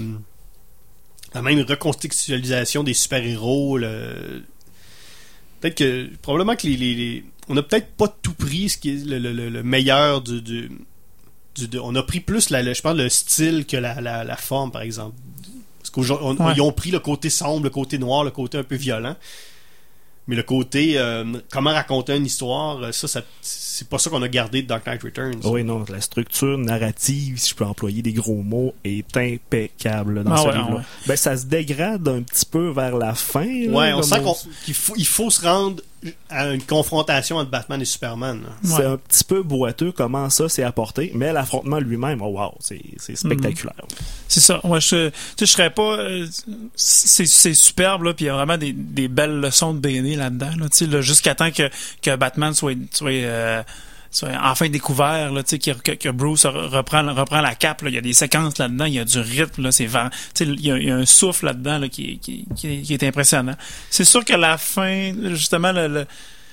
la même recontextualisation des super-héros. Le... Peut-être que probablement que les, les, les- on a peut-être pas tout pris ce qui est le, le, le- le meilleur du, du, du- de- on a pris plus la, le- je pense le style que la, la, la forme par exemple. Parce qu'aujourd'hui, Ouais. ils ont pris le côté sombre, le côté noir, le côté un peu violent. Mais le côté euh, comment raconter une histoire, ça, ça c'est pas ça qu'on a gardé de Dark Knight Returns. Oui, non, la structure narrative, si je peux employer des gros mots, est impeccable là, dans Ah ce ouais, livre-là. ouais. Ben, ça se dégrade un petit peu vers la fin. Là, Ouais, on comme sent qu'on, qu'il faut, il faut se rendre à une confrontation entre Batman et Superman. Là. C'est Ouais. un petit peu boiteux comment ça s'est apporté, mais l'affrontement lui-même, oh wow, c'est, c'est spectaculaire. C'est ça. Ouais, je, tu sais, je serais pas. euh, c'est, c'est superbe là, puis il y a vraiment des, des belles leçons de B N là-dedans. Là, tu sais, là, jusqu'à temps que que Batman soit soit, euh, soit enfin découvert, là, tu sais, que, que Bruce reprend reprend la cape. Là, il y a des séquences là-dedans, il y a du rythme là, c'est vent. Tu sais, il y a, il y a un souffle là-dedans là, qui, qui qui qui est impressionnant. C'est sûr que la fin, justement, le, le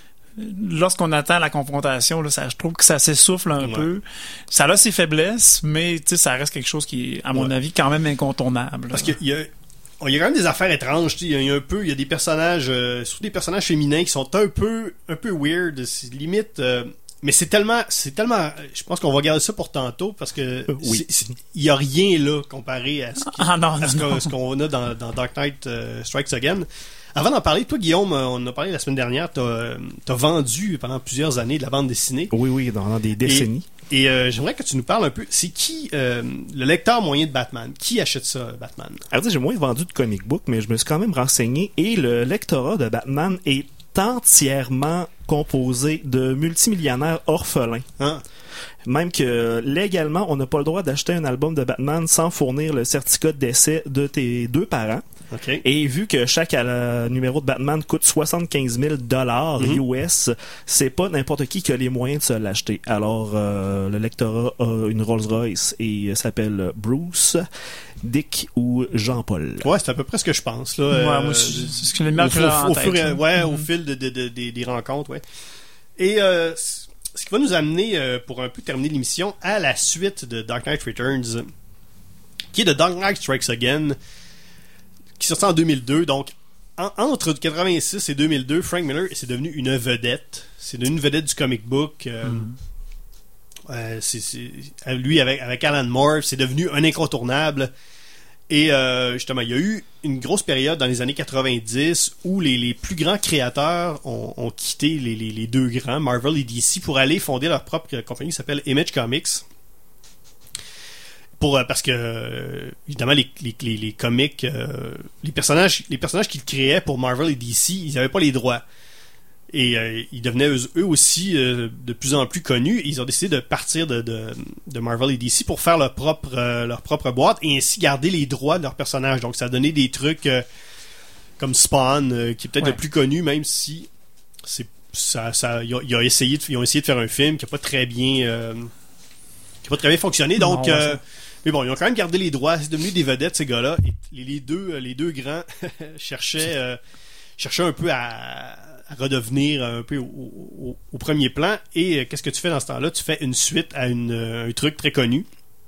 lorsqu'on attend la confrontation, là, ça, je trouve que ça s'essouffle un Ouais. peu. Ça a ses faiblesses, mais tu sais, ça reste quelque chose qui est, à mon Ouais. avis, quand même incontournable. Parce là. qu'il y a, il y a quand même des affaires étranges. tu sais, Il y, a, il y a un peu, il y a des personnages, euh, surtout des personnages féminins qui sont un peu, un peu weird. C'est limite. Euh, mais c'est tellement, c'est tellement. Je pense qu'on va garder ça pour tantôt parce que Oui. c'est- c'est- il y a rien là comparé à ce, qui- Ah non, à non, ce, qu'on, non. ce qu'on a dans, dans Dark Knight euh, Strikes Again. Avant d'en parler, toi Guillaume, euh, on en a parlé la semaine dernière. T'as, euh, t'as vendu pendant plusieurs années de la bande dessinée. Oui, oui, dans, dans des décennies. Et euh, j'aimerais que tu nous parles un peu. C'est qui euh, le lecteur moyen de Batman? Qui achète ça, Batman? Alors, tu sais, j'ai moins vendu de comic book, mais je me suis quand même renseigné et le lectorat de Batman est entièrement composé de multimillionnaires orphelins. Hein? Même que légalement, on n'a pas le droit d'acheter un album de Batman sans fournir le certificat de décès de tes deux parents. OK. Et vu que chaque euh, numéro de Batman coûte soixante-quinze mille dollars Mhm. U S, c'est pas n'importe qui qui a les moyens de se l'acheter. Alors, euh, le lectorat a une Rolls-Royce et s'appelle Bruce, Dick ou Jean-Paul. Ouais, c'est à peu près ce que je pense. Là, Ouais, Euh, moi, c'est c'est ce que les au, marques au- là en au tête, fur et- là. ouais, au Mhm. fil de, de- de- des- des rencontres, ouais. Et euh, c- ce qui va nous amener, euh, pour un peu terminer l'émission, à la suite de Dark Knight Returns, qui est de Dark Knight Strikes Again, qui sortit en deux mille deux. Donc, en- entre quatre-vingt-six et deux mille deux, Frank Miller, c'est devenu une vedette. C'est devenu une vedette du comic book. euh, Mhm. euh, c'est, c'est- euh, lui, avec, avec Alan Moore, c'est devenu un incontournable. Et euh, justement, il y a eu une grosse période dans les années quatre-vingt-dix où les, les plus grands créateurs ont, ont quitté les, les, les deux grands, Marvel et D C, pour aller fonder leur propre compagnie qui s'appelle Image Comics. Pour, euh, parce que, euh, évidemment, les, les, les, les comics, euh, les personnages, les personnages qu'ils créaient pour Marvel et D C, ils n'avaient pas les droits. Et euh, ils devenaient eux, eux aussi euh, de plus en plus connus. Ils ont décidé de partir de, de, de Marvel et D C pour faire leur propre, euh, leur propre boîte et ainsi garder les droits de leurs personnages. Donc ça a donné des trucs euh, comme Spawn, euh, qui est peut-être Ouais. le plus connu, même si c'est ça, ça, ils, ont, ils ont essayé de, ils ont essayé de faire un film qui n'a pas très bien, euh, qui a pas très bien fonctionné. Donc, Non, ouais, euh, ça- mais bon, ils ont quand même gardé les droits. C'est devenu des vedettes ces gars-là. Et les, les deux, les deux grands cherchaient, euh, cherchaient un peu à à redevenir un peu au, au, au premier plan. Et euh, qu'est-ce que tu fais dans ce temps-là? Tu fais une suite à une, euh, un truc très connu.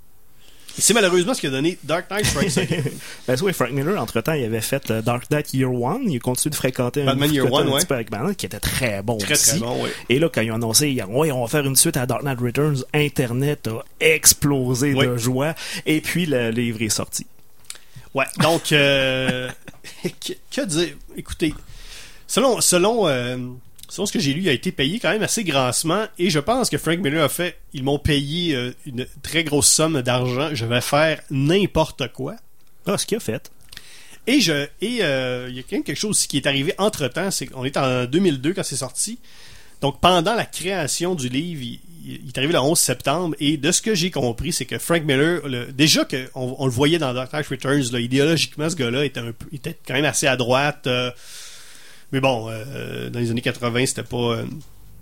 Et c'est malheureusement ce qui a donné Dark Knight Strikes Again. Ben oui, Frank Miller, entre-temps, il avait fait euh, Dark Knight Year One. Il a continué de fréquenter Batman un, Year fréquenter One, un ouais. petit peu avec Batman, qui était très bon Très aussi. très bon, oui. Et là, quand ils ont annoncé, ils ont, ouais, on va faire une suite à Dark Knight Returns, Internet a explosé Oui. de joie. Et puis, le livre est sorti. Ouais, donc, euh, que, que dire? Écoutez, selon, selon, euh, selon ce que j'ai lu, il a été payé quand même assez grassement et je pense que Frank Miller a fait, ils m'ont payé euh, une très grosse somme d'argent, je vais faire n'importe quoi. Ah, ce qu'il a fait. Et je et euh, il y a quand même quelque chose aussi qui est arrivé entre-temps, c'est qu'on est en deux mille deux quand c'est sorti. Donc pendant la création du livre, il, il est arrivé le onze septembre et de ce que j'ai compris, c'est que Frank Miller, le, déjà que on, on le voyait dans Dark Knight Returns, là, idéologiquement ce gars-là était un peu, était quand même assez à droite. Euh, mais bon, euh, dans les années quatre-vingts, c'était pas, euh,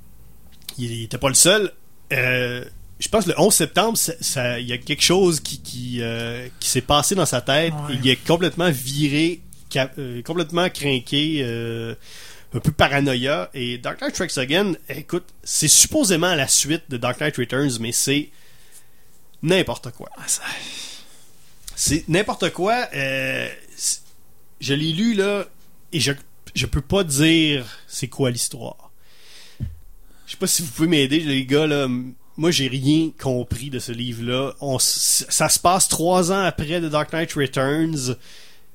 il, il était pas le seul. Euh, je pense que le onze septembre, ça, ça, il y a quelque chose qui qui, euh, qui s'est passé dans sa tête. Ouais. Il est complètement viré, cap- euh, complètement crinqué, euh, un peu paranoïa. Et Dark Knight Strikes Again, écoute, c'est supposément la suite de Dark Knight Returns, mais c'est n'importe quoi. Ah, ça- C'est n'importe quoi. Euh, c'est- je l'ai lu là et je je peux pas dire c'est quoi l'histoire. Je sais pas si vous pouvez m'aider les gars là. Moi j'ai rien compris de ce livre là. On s- ça se passe trois ans après The Dark Knight Returns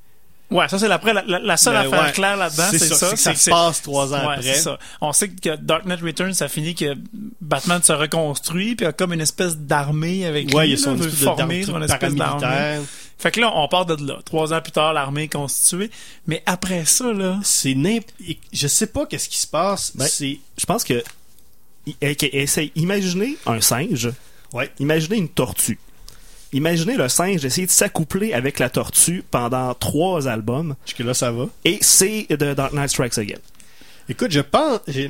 Ouais, ça c'est après la, la, la seule Ben, affaire ouais. claire là-dedans, C'est c'est, ça, ça. c'est que ça que se passe trois ans ouais, après. C'est ça. On sait que Dark Knight Returns, ça finit que Batman se reconstruit, puis il y a comme une espèce d'armée avec Ouais, lui, il y a son là, veut espèce de former truc son espèce d'armée. paramilitaire. Fait que là, on part de là. Trois ans plus tard, l'armée est constituée. Mais après ça, là... C'est n'imp... Je sais pas qu'est-ce qui se passe. Ben, c'est... Je pense que. Ok, essaye. Imaginez un singe. Ouais. Imaginez une tortue. Imaginez le singe essayer de s'accoupler avec la tortue pendant trois albums. Jusque-là, ça va. Et c'est The Dark Knight Strikes Again. Écoute, je pense... J'ai,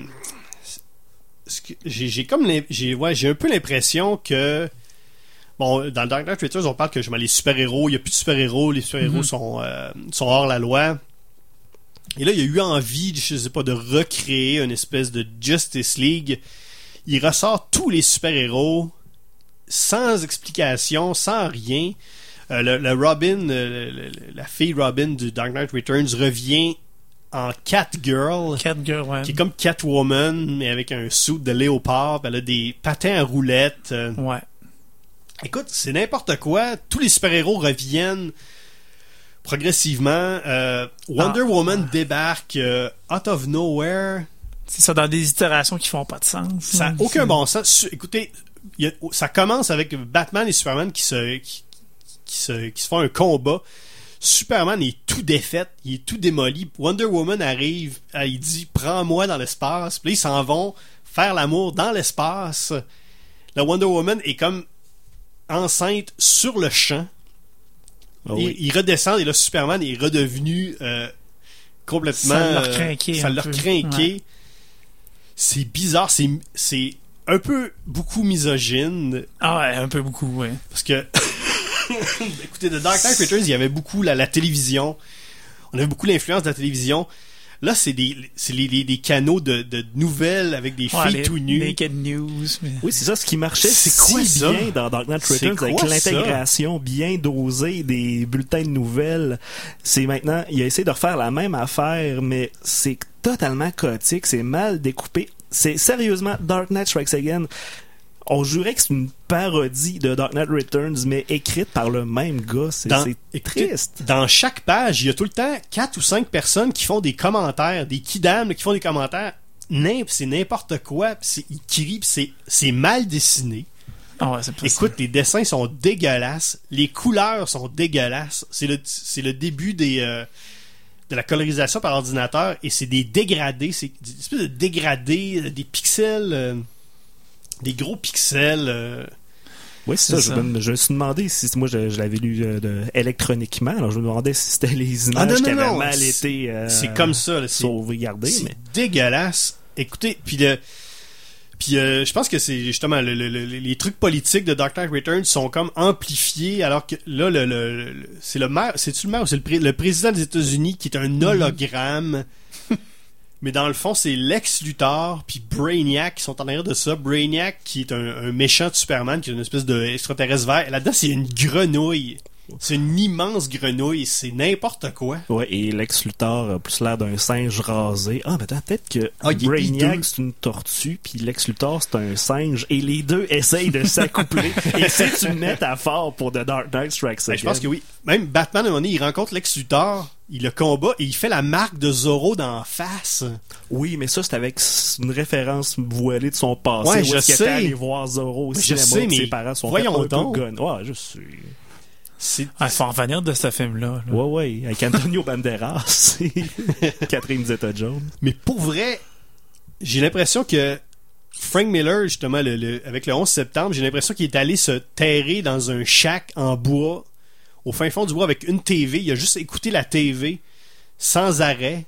j'ai, j'ai comme... l'im- J'ai, ouais, j'ai un peu l'impression que... Bon, dans Dark Knight Returns, on parle que justement, les super-héros, il n'y a plus de super-héros, les super-héros Mm-hmm. sont, euh, sont hors la loi. Et là, il y a eu envie, je sais pas, de recréer une espèce de Justice League. Il ressort tous les super-héros sans explication, sans rien. Euh, le, le Robin, euh, le- le- la fille Robin du Dark Knight Returns revient en Catgirl, Catgirl, ouais. qui est comme Catwoman, mais avec un suit de léopard. Elle a des patins à roulettes. euh, Ouais. Écoute, c'est n'importe quoi. Tous les super-héros reviennent progressivement. Euh, Wonder Ah, Woman ouais. débarque euh, out of nowhere. C'est ça, dans des itérations qui font pas de sens. Ça n'a là. aucun bon sens. Su- Écoutez, il y a- ça commence avec Batman et Superman qui se, qui, qui se, qui se font un combat. Superman est tout défait, il est tout démoli. Wonder Woman arrive, elle, il dit « Prends-moi dans l'espace ». Puis là, ils s'en vont faire l'amour dans l'espace. La Wonder Woman est comme enceinte sur le champ. Ah oui. il, il redescend et là, Superman est redevenu euh, complètement... Ça l'a euh, craqué Ça un l'a peu. craqué. Ouais. C'est bizarre, c'est, c'est un peu beaucoup misogyne. Ah ouais, un peu beaucoup, ouais. Parce que, écoutez, The Dark Knight Returns, il y avait beaucoup la, la télévision. On avait beaucoup l'influence de la télévision. Là, c'est des, c'est les, les- des canaux de, de nouvelles avec des Ouais, filles les tout nues. Naked News. Mais... Oui, c'est ça, ce qui marchait C'est si quoi ça? bien dans Dark Knight C'est Returns avec quoi l'intégration bien dosée des bulletins de nouvelles. C'est maintenant, il a essayé de refaire la même affaire, mais c'est totalement chaotique, c'est mal découpé. C'est sérieusement Dark Knight Strikes Again. On jurait que c'est une parodie de Dark Knight Returns, mais écrite par le même gars. C'est, Dans- c'est écoutez, triste. Dans chaque page, il y a tout le temps quatre ou cinq personnes qui font des commentaires, des kidams qui font des commentaires. N'im- c'est n'importe quoi, pis c'est, ils crient, pis c'est, c'est mal dessiné. Ah ouais, c'est pas Écoute, les dessins sont dégueulasses, les couleurs sont dégueulasses. C'est le, c'est le début des, euh, de la colorisation par ordinateur et c'est des dégradés, c'est des espèces de dégradés, euh, des pixels, euh, des gros pixels. euh, Oui, c'est ça. C'est Je, ça. me, je me suis demandé si moi je, je l'avais lu euh, de, électroniquement. Alors je me demandais si c'était les images Ah, non, qui non, avaient non, mal c'est- été euh, c'est comme ça, là, c'est- sauvegardées. C'est Mais dégueulasse. Écoutez, puis le, puis euh, je pense que c'est justement le- le- le- les trucs politiques de Dark Knight Returns sont comme amplifiés, alors que là, le, le- le- c'est le maire, c'est-tu le maire ou c'est le, pré- le président des États-Unis qui est un hologramme. Mais dans le fond, c'est Lex Luthor puis Brainiac qui sont en arrière de ça. Brainiac qui est un, un méchant de Superman, qui est une espèce de extraterrestre vert. Et là-dedans, c'est une grenouille. C'est une immense grenouille. C'est n'importe quoi. ouais, et Lex Luthor a plus l'air d'un singe rasé. Ah, mais attends, peut-être que Ah, il est hideux. Brainiac c'est une tortue, puis Lex Luthor c'est un singe, et les deux essayent de s'accoupler. Et c'est une métaphore pour The Dark Knight Strikes Ben, Again. je pense que oui. Même Batman, à un moment donné, il rencontre Lex Luthor, il le combat et il fait la marque de Zorro dans la face. Oui, mais ça c'est avec s- une référence voilée de son passé. Ouais, où je est-ce qu'il sais. était allé voir Zorro au Je cinéma, sais, puis mais ses parents sont voyons fait un donc. peu gun. Ouais, je suis... C'est... Ah, il faut en revenir de ce film-là. là. Ouais, ouais, avec Antonio Banderas et Catherine Zeta-Jones. Mais pour vrai, j'ai l'impression que Frank Miller, justement, le, le- avec le onze septembre, j'ai l'impression qu'il est allé se terrer dans un shack en bois, au fin fond du bois, avec une T V. Il a juste écouté la T V sans arrêt.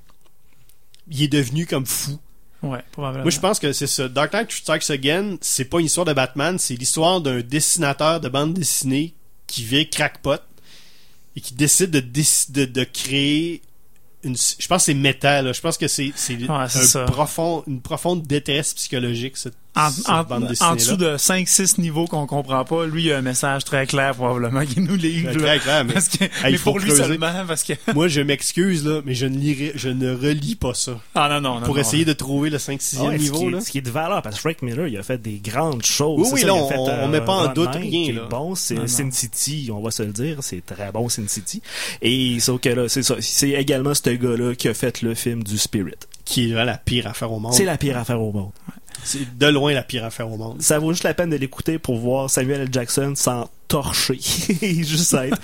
Il est devenu comme fou. Ouais, probablement. Moi, je pense que c'est ça. Dark Knight Strikes Again, c'est pas une histoire de Batman, c'est l'histoire d'un dessinateur de bande dessinée qui vit crackpot et qui décide de, déc- de, de créer une... Je pense que c'est méta, là. Je pense que c'est, c'est Ouais, c'est un ça. profond, une profonde détresse psychologique, cette En, cette en, bande en dessinée-là. dessous de cinq six niveaux qu'on comprend pas, lui, il a un message très clair, probablement, qu'il nous livre. Très, là. très clair, mais- Parce que, Hey, mais il faut pour lui creuser. seulement, parce que... Moi, je m'excuse, là, mais je ne lirai, je ne relis pas ça. Ah non, non, non. Pour non. essayer de trouver le cinq sixième Ah ouais, ce, niveau, qui est, là. ce qui est de valeur, parce que Frank Miller, il a fait des grandes choses. Oui, C'est oui, ça, là, il a on- fait, on met pas en Ron doute Knight, rien, qui est là. bon, c'est Non, non. Sin City, on va se le dire, c'est très bon Sin City. Et sauf que là, c'est ça, c'est également ce gars-là qui a fait le film du Spirit. Qui est vraiment la pire affaire au monde. C'est la pire affaire au monde. C'est de loin la pire affaire au monde. Ça vaut juste la peine de l'écouter pour voir Samuel L. Jackson s'en torcher. Juste être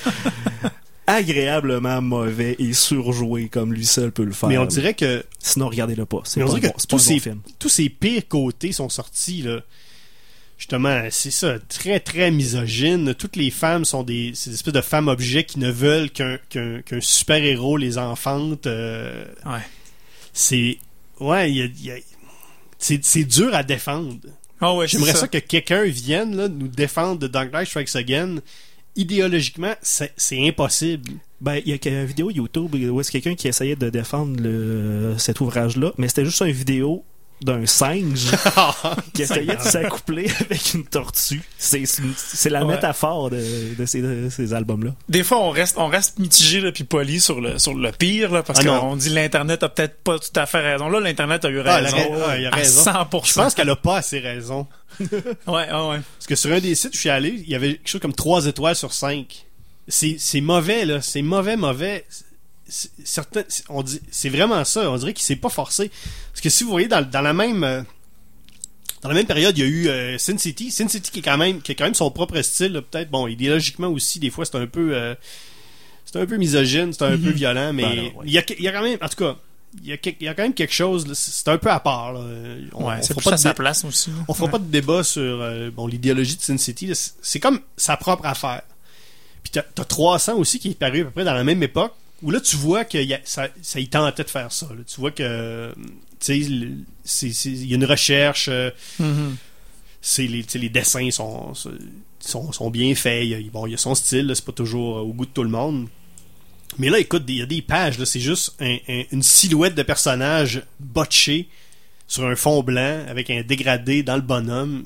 agréablement mauvais et surjoué comme lui seul peut le faire. Mais on dirait que, Sinon, regardez-le pas. C'est mais on pas, un dirait bon, que c'est pas tous un bon ces, film. tous ces pires côtés sont sortis, là. Justement, c'est ça, très, très misogyne. Toutes les femmes sont des, c'est des espèces de femmes objets qui ne veulent qu'un, qu'un, qu'un super-héros les enfante. euh, Ouais. c'est, ouais, il y a, il y a- c'est, c'est dur à défendre. Ah ouais, J'aimerais c'est ça. que quelqu'un vienne là, nous défendre de Dark Knight Strikes Again. Idéologiquement, c'est, c'est impossible. Ben, il y a une vidéo YouTube où est-ce quelqu'un qui essayait de défendre le, cet ouvrage-là, mais c'était juste une vidéo d'un singe qui essayait de s'accoupler avec une tortue. C'est, c'est, c'est la Ouais. métaphore de, de ces, de ces albums-là. Des fois, on reste, on reste mitigé là, puis poli sur le, sur le pire, là, parce Ah non. qu'on dit l'Internet a peut-être pas tout à fait raison. Là, l'Internet a eu Ah, raison. la ra- ah, il a à raison. cent pour Je cent. pense qu'elle a pas assez raison. Ouais, ah ouais. Parce que sur un des sites où je suis allé, il y avait quelque chose comme trois étoiles sur cinq. C'est, c'est mauvais, là. C'est mauvais, mauvais. C'est, certain, c'est- on dit, c'est vraiment ça. On dirait qu'il s'est pas forcé. Parce que si vous voyez, dans, dans la même... euh, dans la même période, il y a eu euh, Sin City. Sin City qui est quand même, qui a quand même son propre style, là, peut-être. Bon, idéologiquement aussi, des fois, c'est un peu... euh, c'est un peu misogyne, c'est un peu violent, mais Ben non, ouais. il, y a, il y a quand même... En tout cas, il y a, il y a quand même quelque chose... là, c'est c'est un peu à part. Là. On, Ouais, on c'est fera plus pas à de sa dé- place aussi. là. on fera Ouais. pas de débat sur euh, bon, l'idéologie de Sin City. Là. C'est, c'est comme sa propre affaire. Puis t'as, t'as trois cents aussi qui est paru à peu près dans la même époque, où là, tu vois que y a, ça, ça y tentait de faire ça. Là. Tu vois que, tu sais, le- c'est, c'est, il y a une recherche, euh, Mhm. c'est les, tu sais, les dessins sont, sont, sont bien faits. Il y a, bon, il y a son style, là, c'est pas toujours au goût de tout le monde. Mais là, écoute, il y a des pages, là, c'est juste un- un- une silhouette de personnage botché sur un fond blanc avec un dégradé dans le bonhomme.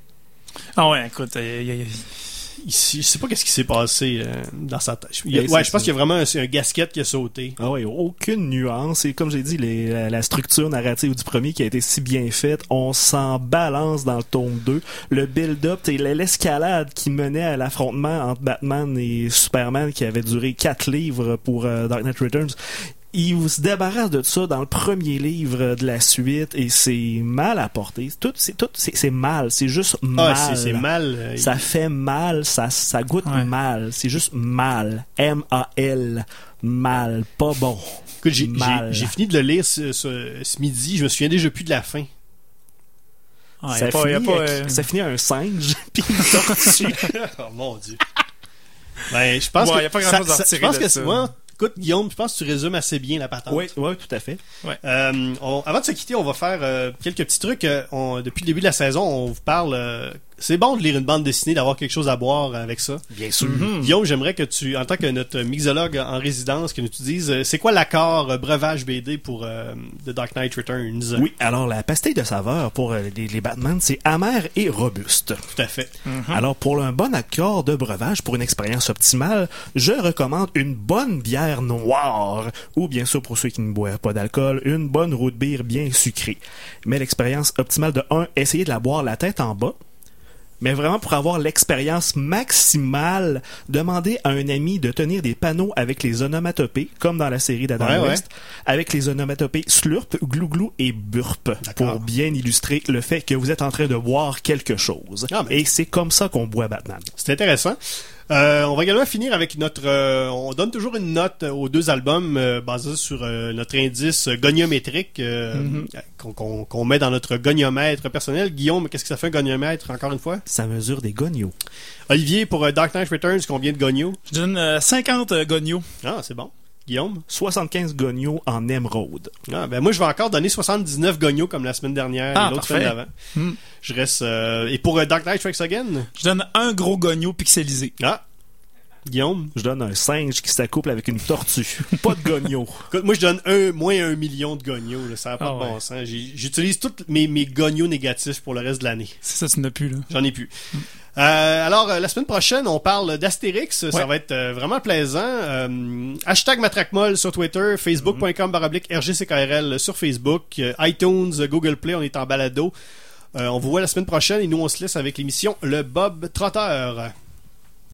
Ah ouais, écoute, euh, y a- y a- Ici, je sais pas qu'est-ce qui s'est passé euh, dans sa tête. Il y a- Mais ouais, c'est je pense ça. qu'il y a vraiment un, c'est un gasket qui a sauté. Ah oui, aucune nuance. Et comme j'ai dit, les, la, la structure narrative du premier qui a été si bien faite, on s'en balance dans le tome deux. Le build-up, t'sais, l'escalade qui menait à l'affrontement entre Batman et Superman qui avait duré quatre livres pour euh, Dark Knight Returns. Il se débarrasse de ça dans le premier livre de la suite et c'est mal apporté. Tout, c'est tout, c'est, c'est mal. C'est juste Ah, mal. c'est, c'est mal. euh, Ça fait mal, ça, ça goûte Ouais. mal. C'est juste mal. M A L. Mal. Pas bon. Écoute, j'ai, mal. j'ai, j'ai fini de le lire ce, ce, ce midi. Je me souviens déjà plus de la fin. ah, y ça, a pas, y a finit pas, avec- euh, ça finit à un singe puis une tortue. Oh mon dieu. Ben, je pense Ouais, que y a pas ça- grand-chose à ça- retirer je pense de que ça. c'est, ouais, écoute, Guillaume, je pense que tu résumes assez bien la patente. Oui, oui, tout à fait. Euh, on- avant de se quitter, on va faire euh, quelques petits trucs. Euh, on- depuis le début de la saison, on vous parle. euh, c'est bon de lire une bande dessinée, d'avoir quelque chose à boire avec ça. Bien sûr. Guillaume, j'aimerais que tu, en tant que notre mixologue en résidence, que tu dises, euh, c'est quoi l'accord euh, breuvage B D pour euh, The Dark Knight Returns? Oui, alors la pastille de saveur pour euh, les, les Batman, c'est amer et robuste. Tout à fait. Alors pour un bon accord de breuvage, pour une expérience optimale, je recommande une bonne bière noire, ou bien sûr pour ceux qui ne boivent pas d'alcool, une bonne root beer bien sucrée. Mais l'expérience optimale de un, essayez de la boire la tête en bas. Mais vraiment, pour avoir l'expérience maximale, demandez à un ami de tenir des panneaux avec les onomatopées, comme dans la série d'Adam Ouais, West, avec les onomatopées slurp, glou-glou et burp, D'accord. pour bien illustrer le fait que vous êtes en train de boire quelque chose. Ah, mais- Et c'est comme ça qu'on boit Batman. C'est intéressant. Euh, on va également finir avec notre... euh, on donne toujours une note aux deux albums euh, basée sur euh, notre indice goniométrique euh, qu'on, qu'on, qu'on met dans notre goniomètre personnel. Guillaume, qu'est-ce que ça fait un goniomètre, encore une fois? Ça mesure des gognos. Olivier, pour euh, Dark Knight Returns, combien de gonios? Je donne euh, cinquante euh, gognos. Ah, c'est bon. Guillaume? soixante-quinze gognos en émeraude. Ah, ben moi, je vais encore donner soixante-dix-neuf gonios comme la semaine dernière Ah, et l'autre parfait. semaine d'avant. Hmm. Je reste... euh, et pour euh, Dark Knight Strikes Again? Je donne un gros gogno pixelisé. Ah! Guillaume? Je donne un singe qui s'accouple avec une tortue. Pas de gogno. Écoute, moi, je donne un, moins un million de gognos. Là. Ça n'a pas Ah de bon ouais. sens. J'ai- J'utilise tous mes, mes gognos négatifs pour le reste de l'année. C'est ça, tu n'as plus, là. J'en ai plus. Euh, alors, euh, la semaine prochaine, on parle d'Astérix. Ça Ouais. va être euh, vraiment plaisant. Euh, hashtag Matraquemolle sur Twitter, facebook.com baroblique RGCKRL sur Facebook, euh, iTunes, Google Play, on est en balado. Euh, on vous voit la semaine prochaine et nous, on se laisse avec l'émission Le Bob Trotteur.